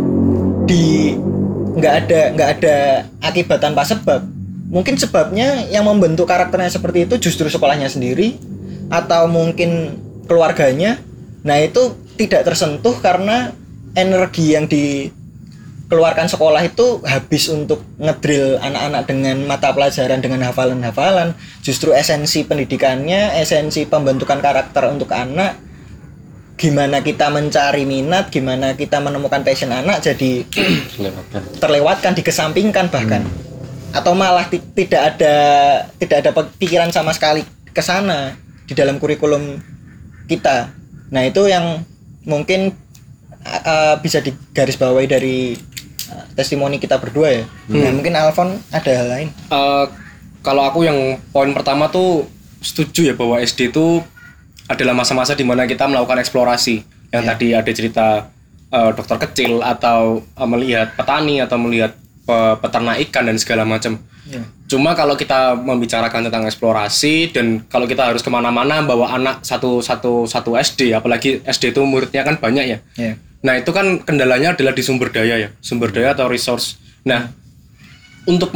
nggak ada akibat tanpa sebab. Mungkin sebabnya yang membentuk karakternya seperti itu justru sekolahnya sendiri atau mungkin keluarganya. Nah, itu tidak tersentuh karena energi yang dikeluarkan sekolah itu habis untuk ngedrill anak-anak dengan mata pelajaran, dengan hafalan-hafalan. Justru esensi pendidikannya, esensi pembentukan karakter untuk anak, gimana kita mencari minat, gimana kita menemukan passion anak jadi terlewatkan, dikesampingkan bahkan. Atau malah tidak ada pikiran sama sekali ke sana di dalam kurikulum kita. Nah, itu yang mungkin bisa digarisbawahi dari testimoni kita berdua ya. Nah, mungkin Alfon ada hal lain.
Kalau aku yang poin pertama tuh setuju ya bahwa SD itu adalah masa-masa di mana kita melakukan eksplorasi. Yang tadi ada cerita dokter kecil atau melihat petani atau melihat peternak ikan dan segala macam. Cuma kalau kita membicarakan tentang eksplorasi dan kalau kita harus kemana-mana bawa anak satu SD, apalagi SD itu muridnya kan banyak ya. Nah, itu kan kendalanya adalah di sumber daya ya, sumber daya atau resource. Nah, untuk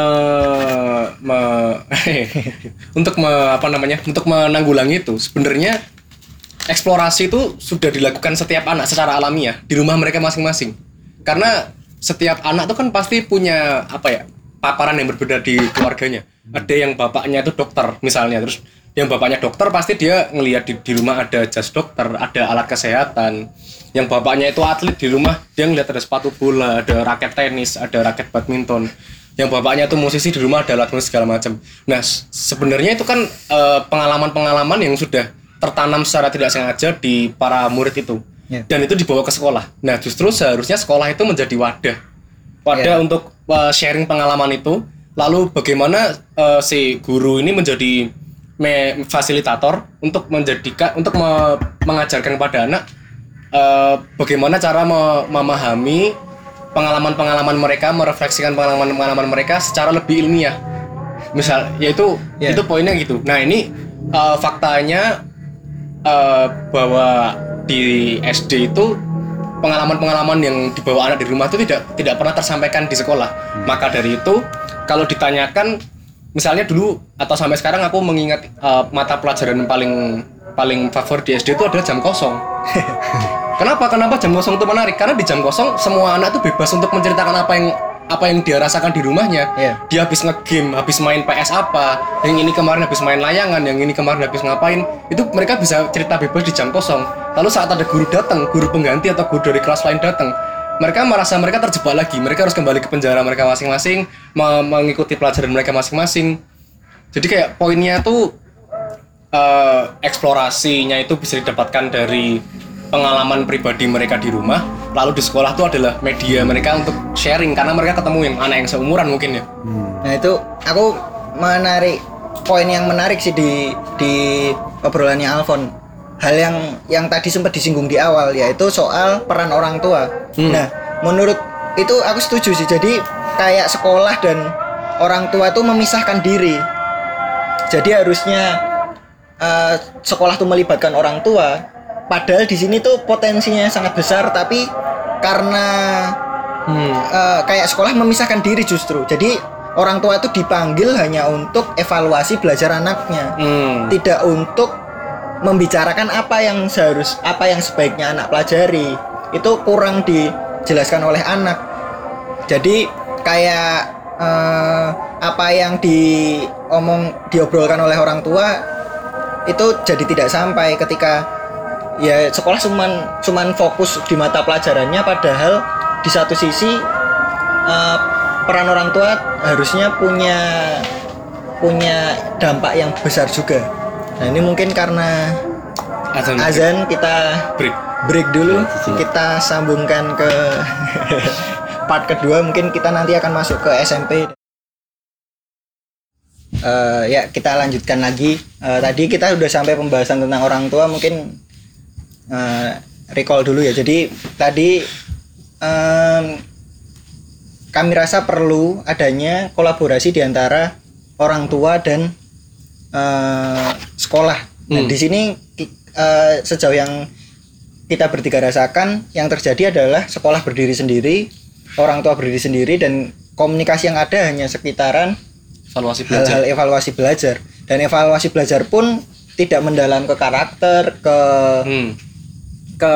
untuk menanggulangi itu sebenarnya eksplorasi itu sudah dilakukan setiap anak secara alamiah di rumah mereka masing-masing. Karena setiap anak itu kan pasti punya paparan yang berbeda di keluarganya. Ada yang bapaknya itu dokter misalnya, terus yang bapaknya dokter pasti dia ngelihat di rumah ada jas dokter, ada alat kesehatan. Yang bapaknya itu atlet, di rumah dia ngelihat ada sepatu bola, ada raket tenis, ada raket badminton. Yang bapaknya itu musisi, di rumah ada alat musik segala macam. Nah, sebenarnya itu kan pengalaman-pengalaman yang sudah tertanam secara tidak sengaja di para murid itu. Dan itu dibawa ke sekolah. Nah, justru seharusnya sekolah itu menjadi wadah untuk sharing pengalaman itu. Lalu bagaimana si guru ini menjadi fasilitator untuk mengajarkan kepada anak bagaimana cara memahami pengalaman-pengalaman mereka, merefleksikan pengalaman-pengalaman mereka secara lebih ilmiah. Misal, yaitu itu poinnya gitu. Nah, ini faktanya bahwa di SD itu pengalaman-pengalaman yang dibawa anak di rumah itu tidak pernah tersampaikan di sekolah. Maka dari itu kalau ditanyakan misalnya dulu atau sampai sekarang aku mengingat mata pelajaran paling favorit di SD itu adalah jam kosong. Kenapa jam kosong itu menarik? Karena di jam kosong semua anak itu bebas untuk menceritakan apa yang dia rasakan di rumahnya. Dia habis nge-game, habis main PS apa, yang ini kemarin habis main layangan, yang ini kemarin habis ngapain, itu mereka bisa cerita bebas di jam kosong. Lalu saat ada guru datang, guru pengganti atau guru dari kelas lain datang, mereka merasa mereka terjebak lagi, mereka harus kembali ke penjara mereka masing-masing, mengikuti pelajaran mereka masing-masing. Jadi kayak poinnya tuh eksplorasinya itu bisa didapatkan dari pengalaman pribadi mereka di rumah, lalu di sekolah itu adalah media mereka untuk sharing karena mereka ketemu yang anak yang seumuran mungkin ya.
Nah itu aku menarik poin yang menarik sih di obrolannya Alfon. Hal yang tadi sempat disinggung di awal yaitu soal peran orang tua. Nah menurut itu aku setuju sih. Jadi kayak sekolah dan orang tua tuh memisahkan diri. Jadi harusnya sekolah tuh melibatkan orang tua. Padahal di sini tuh potensinya sangat besar, tapi karena kayak sekolah memisahkan diri justru. Jadi orang tua itu dipanggil hanya untuk evaluasi belajar anaknya, tidak untuk membicarakan apa yang sebaiknya anak pelajari. Itu kurang dijelaskan oleh anak. Jadi kayak apa yang diobrolkan oleh orang tua itu jadi tidak sampai ketika ya sekolah cuman fokus di mata pelajarannya, padahal di satu sisi peran orang tua harusnya punya dampak yang besar juga. Nah ini mungkin karena azan kita break dulu, kita sambungkan ke part kedua. Mungkin kita nanti akan masuk ke SMP. Ya kita lanjutkan lagi. Tadi kita udah sampai pembahasan tentang orang tua, mungkin recall dulu ya. Jadi tadi kami rasa perlu adanya kolaborasi di antara orang tua dan sekolah. Nah, di sini sejauh yang kita bertiga rasakan, yang terjadi adalah sekolah berdiri sendiri, orang tua berdiri sendiri, dan komunikasi yang ada hanya sekitaran hal-hal evaluasi belajar. Dan evaluasi belajar pun tidak mendalam ke karakter, ke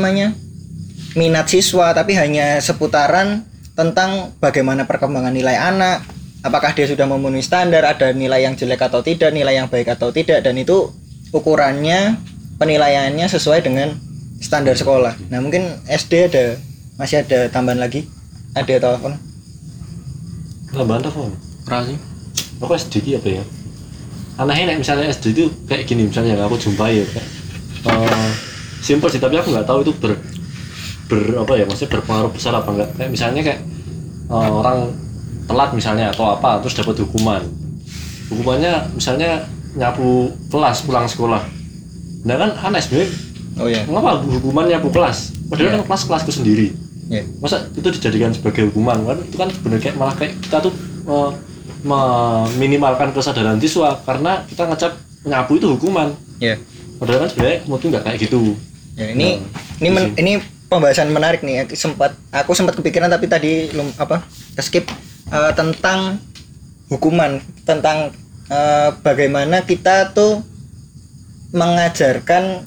minat siswa, tapi hanya seputaran tentang bagaimana perkembangan nilai anak, apakah dia sudah memenuhi standar, ada nilai yang jelek atau tidak, nilai yang baik atau tidak, dan itu ukurannya, penilaiannya sesuai dengan standar sekolah. Nah mungkin SD masih ada tambahan lagi, ada atau apa?
Tambahan apa?
Kerasi?
Aku SD apa ya? Anehnya misalnya SD itu kayak gini, misalnya yang aku jumpai ya, simple sih, tapi aku nggak tahu itu maksudnya berpengaruh besar apa enggak. Kayak misalnya orang telat misalnya atau apa, terus dapat hukumannya misalnya nyapu kelas pulang sekolah. Nah kan aneh sebenarnya.
Oh iya.
Mengapa hukuman nyapu kelas? Padahal kan kelasku sendiri. Masa itu dijadikan sebagai hukuman? Kan itu kan sebenarnya malah kayak kita tuh meminimalkan kesadaran siswa karena kita ngecap nyapu itu hukuman. Padahal kan sebenarnya mungkin nggak kayak gitu.
Ya, ini pembahasan menarik nih. Aku sempat kepikiran tapi tadi skip tentang hukuman, tentang bagaimana kita tuh mengajarkan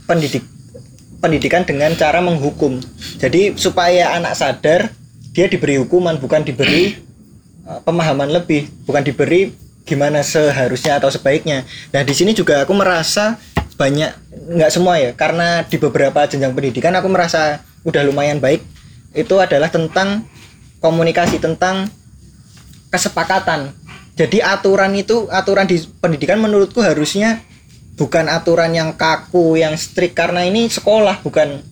pendidikan dengan cara menghukum. Jadi supaya anak sadar, dia diberi hukuman, bukan diberi pemahaman lebih, bukan diberi gimana seharusnya atau sebaiknya. Nah di sini juga aku merasa banyak, nggak semua ya, karena di beberapa jenjang pendidikan aku merasa udah lumayan baik, itu adalah tentang komunikasi, tentang kesepakatan. Jadi aturan di pendidikan menurutku harusnya bukan aturan yang kaku, yang strict, karena ini sekolah, bukan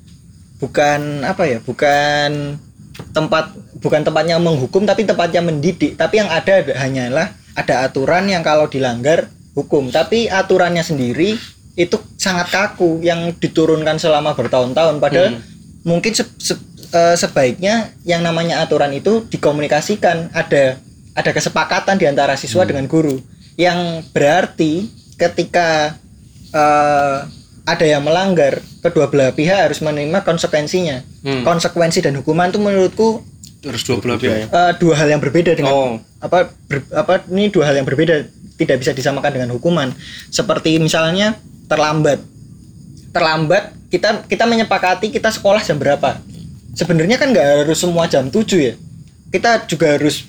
tempatnya menghukum, tapi tempatnya mendidik. Tapi yang ada hanyalah ada aturan yang kalau dilanggar hukum, tapi aturannya sendiri itu sangat kaku yang diturunkan selama bertahun-tahun. Padahal mungkin sebaiknya yang namanya aturan itu dikomunikasikan, ada kesepakatan di antara siswa dengan guru, yang berarti ketika ada yang melanggar, kedua belah pihak harus menerima konsekuensinya. Konsekuensi dan hukuman itu menurutku
harus dua belah pihak ya.
Dua hal yang berbeda dengan ini dua hal yang berbeda, tidak bisa disamakan dengan hukuman. Seperti misalnya terlambat kita menyepakati kita sekolah jam berapa. Sebenarnya kan nggak harus semua jam 7 ya. Kita juga harus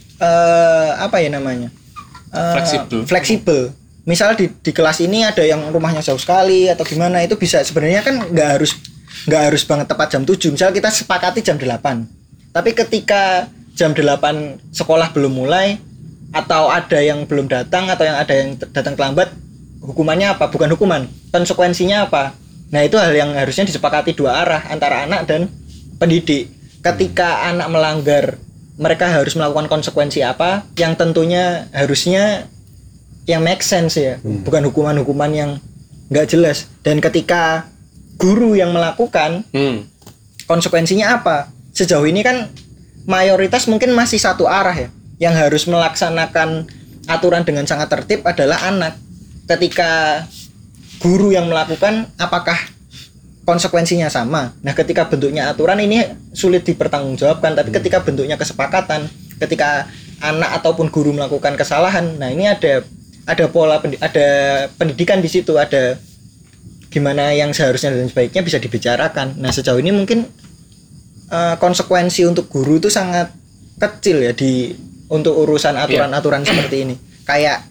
fleksibel. Misal di kelas ini ada yang rumahnya jauh sekali atau gimana, itu bisa sebenarnya kan nggak harus banget tepat jam 7. Misal kita sepakati jam 8. Tapi ketika jam 8 sekolah belum mulai atau ada yang belum datang atau ada yang datang terlambat, hukumannya apa? Bukan hukuman, konsekuensinya apa? Nah, itu hal yang harusnya disepakati dua arah antara anak dan pendidik. Ketika anak melanggar, mereka harus melakukan konsekuensi apa yang tentunya harusnya yang make sense ya, bukan hukuman-hukuman yang nggak jelas. Dan ketika guru yang melakukan, konsekuensinya apa? Sejauh ini kan mayoritas mungkin masih satu arah ya. Yang harus melaksanakan aturan dengan sangat tertib adalah anak. Ketika guru yang melakukan, apakah konsekuensinya sama? Nah, ketika bentuknya aturan ini sulit dipertanggungjawabkan, tapi ketika bentuknya kesepakatan, ketika anak ataupun guru melakukan kesalahan, nah ini ada pola ada pendidikan di situ, ada gimana yang seharusnya dan sebaiknya bisa dibicarakan. Nah, sejauh ini mungkin konsekuensi untuk guru itu sangat kecil ya untuk urusan aturan-aturan seperti ini. Kayak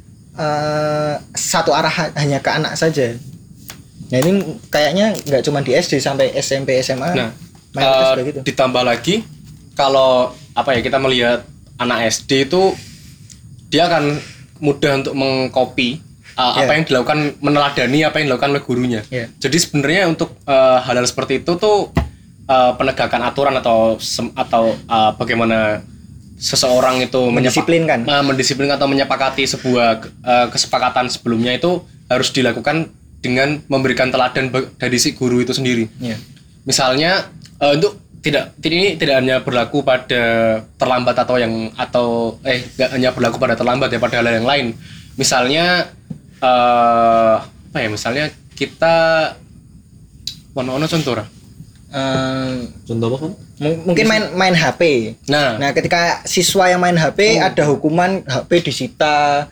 satu arah hanya ke anak saja. Nah, ini kayaknya nggak cuma di SD, sampai SMP, SMA.
Nah,
gitu.
Ditambah lagi kalau kita melihat anak SD itu dia akan mudah untuk mengcopy apa yang dilakukan, meneladani apa yang dilakukan oleh gurunya. Jadi sebenarnya untuk hal-hal seperti itu tuh penegakan aturan atau bagaimana seseorang itu
mendisiplinkan
atau menyepakati sebuah kesepakatan sebelumnya itu harus dilakukan dengan memberikan teladan dari si guru itu sendiri. Misalnya ini tidak hanya berlaku pada terlambat nggak hanya berlaku pada terlambat ya, pada hal yang lain. Misalnya misalnya kita ono contoh lah.
Contoh apa kan?
Mungkin main HP. Nah, ketika siswa yang main HP ada hukuman HP disita,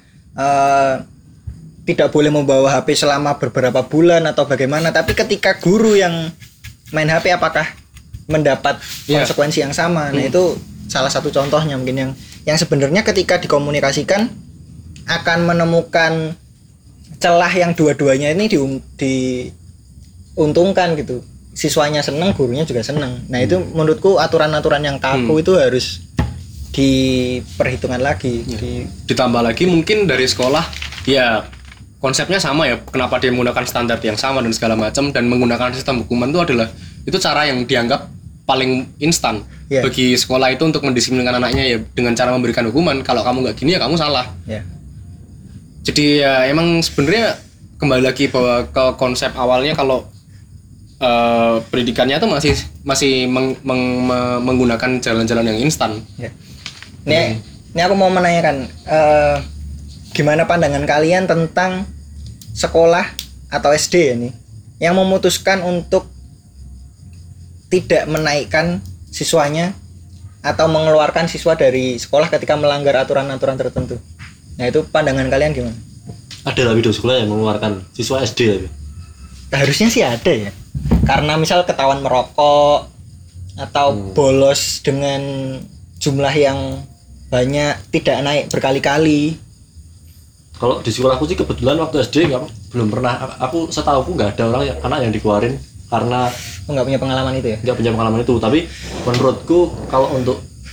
tidak boleh membawa HP selama beberapa bulan atau bagaimana. Tapi ketika guru yang main HP apakah mendapat konsekuensi yang sama? Nah, itu salah satu contohnya mungkin yang sebenarnya ketika dikomunikasikan akan menemukan celah yang dua-duanya ini diuntungkan gitu. Siswanya senang, gurunya juga senang. Nah, itu menurutku aturan-aturan yang kaku itu harus diperhitungkan lagi.
Ditambah lagi mungkin dari sekolah ya konsepnya sama ya, kenapa dia menggunakan standar yang sama dan segala macam, dan menggunakan sistem hukuman itu cara yang dianggap paling instan bagi sekolah itu untuk mendisiplinkan anaknya ya, dengan cara memberikan hukuman. Kalau kamu nggak gini ya kamu salah. Jadi ya emang sebenarnya kembali lagi bahwa ke konsep awalnya, kalau pendidikannya tuh masih menggunakan jalan-jalan yang instan. Ini aku mau menanyakan gimana pandangan kalian tentang sekolah atau SD ini yang memutuskan untuk tidak menaikkan siswanya atau mengeluarkan siswa dari sekolah ketika melanggar aturan-aturan tertentu. Nah, itu pandangan kalian gimana?
Ada lah video sekolah yang mengeluarkan siswa SD tapi.
Harusnya sih ada ya. Karena misal ketahuan merokok atau bolos dengan jumlah yang banyak, tidak naik berkali-kali.
Kalau di sekolahku sih kebetulan waktu SD belum pernah, setahuku nggak ada anak yang dikeluarin karena
nggak punya pengalaman itu ya.
Nggak punya pengalaman itu, tapi menurutku kalau untuk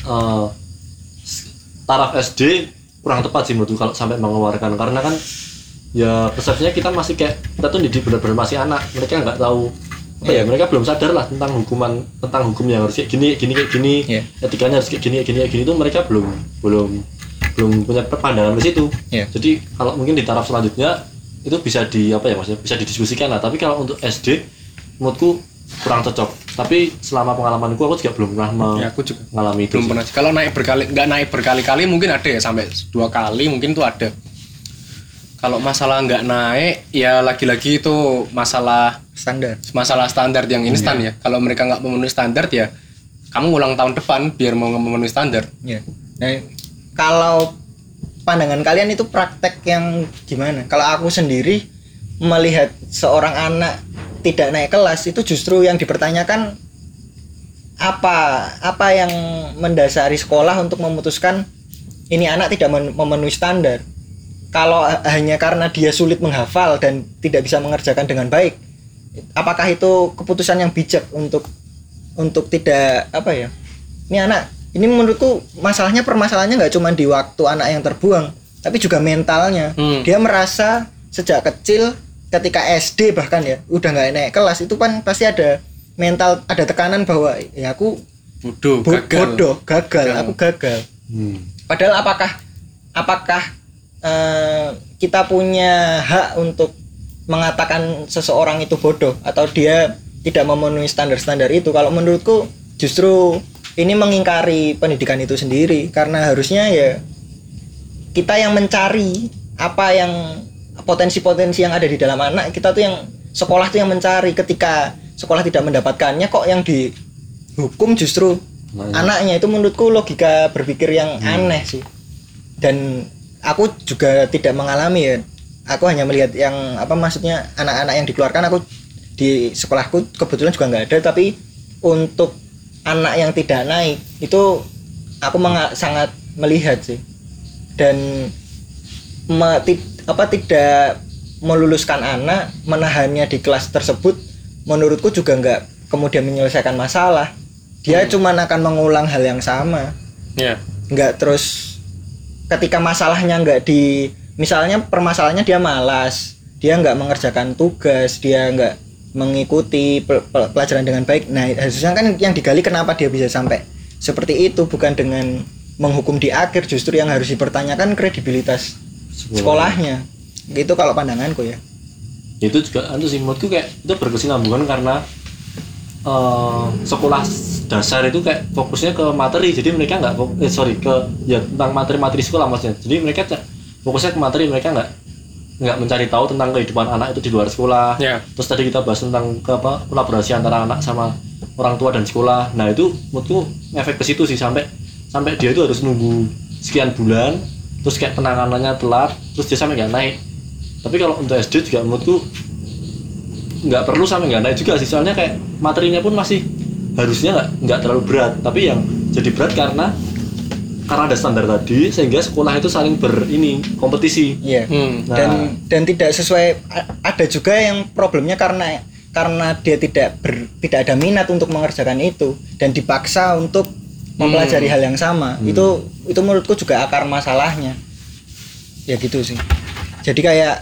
taraf SD kurang tepat sih menurutku kalau sampai mengeluarkan, karena kan ya persepsinya kita masih kayak kita tuh dididik benar-benar masih anak, mereka nggak tahu mereka belum sadar lah tentang hukum yang harus kayak gini, etikanya harus kayak gini itu mereka belum punya pandangan ke situ. Jadi kalau mungkin di taraf selanjutnya itu bisa bisa didiskusikan lah, tapi kalau untuk SD menurutku kurang cocok. Tapi selama pengalamanku aku juga belum pernah mengalami itu.
Belum pernah. Kalau nggak naik berkali-kali mungkin ada ya, sampai 2 kali mungkin tuh ada. Kalau masalah nggak naik, ya lagi-lagi itu masalah standar yang instan ya. Kalau mereka nggak memenuhi standar ya, kamu ulang tahun depan biar mau memenuhi standar.
Ya. Nah, kalau pandangan kalian itu praktek yang gimana? Kalau aku sendiri melihat seorang anak tidak naik kelas itu justru yang dipertanyakan apa yang mendasari sekolah untuk memutuskan ini anak tidak memenuhi standar. Kalau hanya karena dia sulit menghafal dan tidak bisa mengerjakan dengan baik, apakah itu keputusan yang bijak untuk tidak ini menurutku permasalahannya nggak cuma di waktu anak yang terbuang, tapi juga mentalnya. Dia merasa sejak kecil ketika SD bahkan ya udah nggak naik kelas itu kan pasti ada mental, ada tekanan bahwa ya aku gagal. Aku gagal. Padahal apakah kita punya hak untuk mengatakan seseorang itu bodoh atau dia tidak memenuhi standar-standar itu? Kalau menurutku justru ini mengingkari pendidikan itu sendiri, karena harusnya ya kita yang mencari apa yang potensi-potensi yang ada di dalam anak kita tuh, yang sekolah tuh yang mencari. Ketika sekolah tidak mendapatkannya, kok yang dihukum justru anaknya. Itu menurutku logika berpikir yang aneh sih. Dan aku juga tidak mengalami ya. Aku hanya melihat yang maksudnya anak-anak yang dikeluarkan. Aku di sekolahku kebetulan juga nggak ada, tapi untuk anak yang tidak naik itu aku sangat melihat sih. Dan tidak meluluskan anak, menahannya di kelas tersebut, menurutku juga nggak kemudian menyelesaikan masalah. Dia cuma akan mengulang hal yang sama. Nggak terus ketika masalahnya misalnya permasalahannya dia malas, dia nggak mengerjakan tugas, dia nggak mengikuti pelajaran dengan baik. Nah, harusnya kan yang digali kenapa dia bisa sampai seperti itu, bukan dengan menghukum di akhir. Justru yang harus dipertanyakan kredibilitas sekolahnya. Gitu kalau pandanganku ya.
Itu juga sih menurutku kayak itu berkesinambungan karena sekolah dasar itu kayak fokusnya ke materi, jadi mereka nggak tentang materi sekolah maksudnya. Jadi mereka fokusnya ke materi, mereka nggak mencari tahu tentang kehidupan anak itu di luar sekolah. Terus tadi kita bahas tentang kolaborasi antara anak sama orang tua dan sekolah. Nah itu menurutku efek ke situ sih, sampai dia itu harus nunggu sekian bulan, terus kayak penanganannya telat, terus dia sampai nggak naik. Tapi kalau untuk SD juga menurutku nggak perlu sampai nggak naik juga sih, soalnya kayak materinya pun masih harusnya nggak terlalu berat, tapi yang jadi berat karena ada standar tadi, sehingga sekolah itu saling kompetisi.
Iya. Dan tidak sesuai. Ada juga yang problemnya karena dia tidak ada minat untuk mengerjakan itu dan dipaksa untuk mempelajari hal yang sama. Itu menurutku juga akar masalahnya. Ya gitu sih. Jadi kayak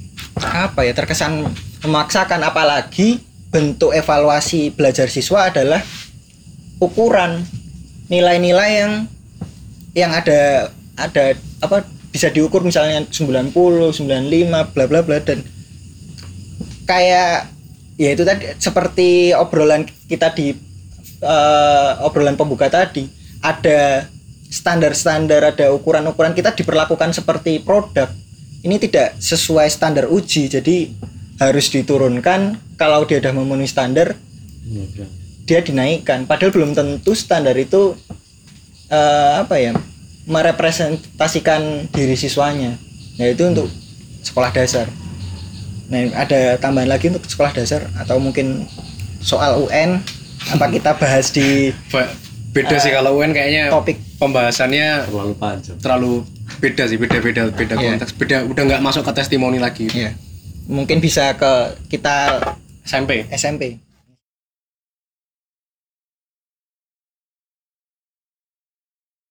terkesan memaksakan, apalagi bentuk evaluasi belajar siswa adalah ukuran nilai-nilai yang ada bisa diukur, misalnya 90, 95 bla bla bla. Dan kayak ya itu tadi, seperti obrolan kita di obrolan pembuka tadi, ada standar-standar, ada ukuran-ukuran, kita diperlakukan seperti produk. Ini tidak sesuai standar uji, jadi harus diturunkan. Kalau dia sudah memenuhi standar, dia dinaikkan. Padahal belum tentu standar itu merepresentasikan diri siswanya. Nah itu untuk sekolah dasar. Nah ada tambahan lagi untuk sekolah dasar, atau mungkin soal UN apa kita bahas di
beda sih. Kalau UN kayaknya
topik
pembahasannya
terlalu panjang,
beda konteks, udah nggak masuk ke testimoni lagi.
Mungkin bisa ke kita
SMP.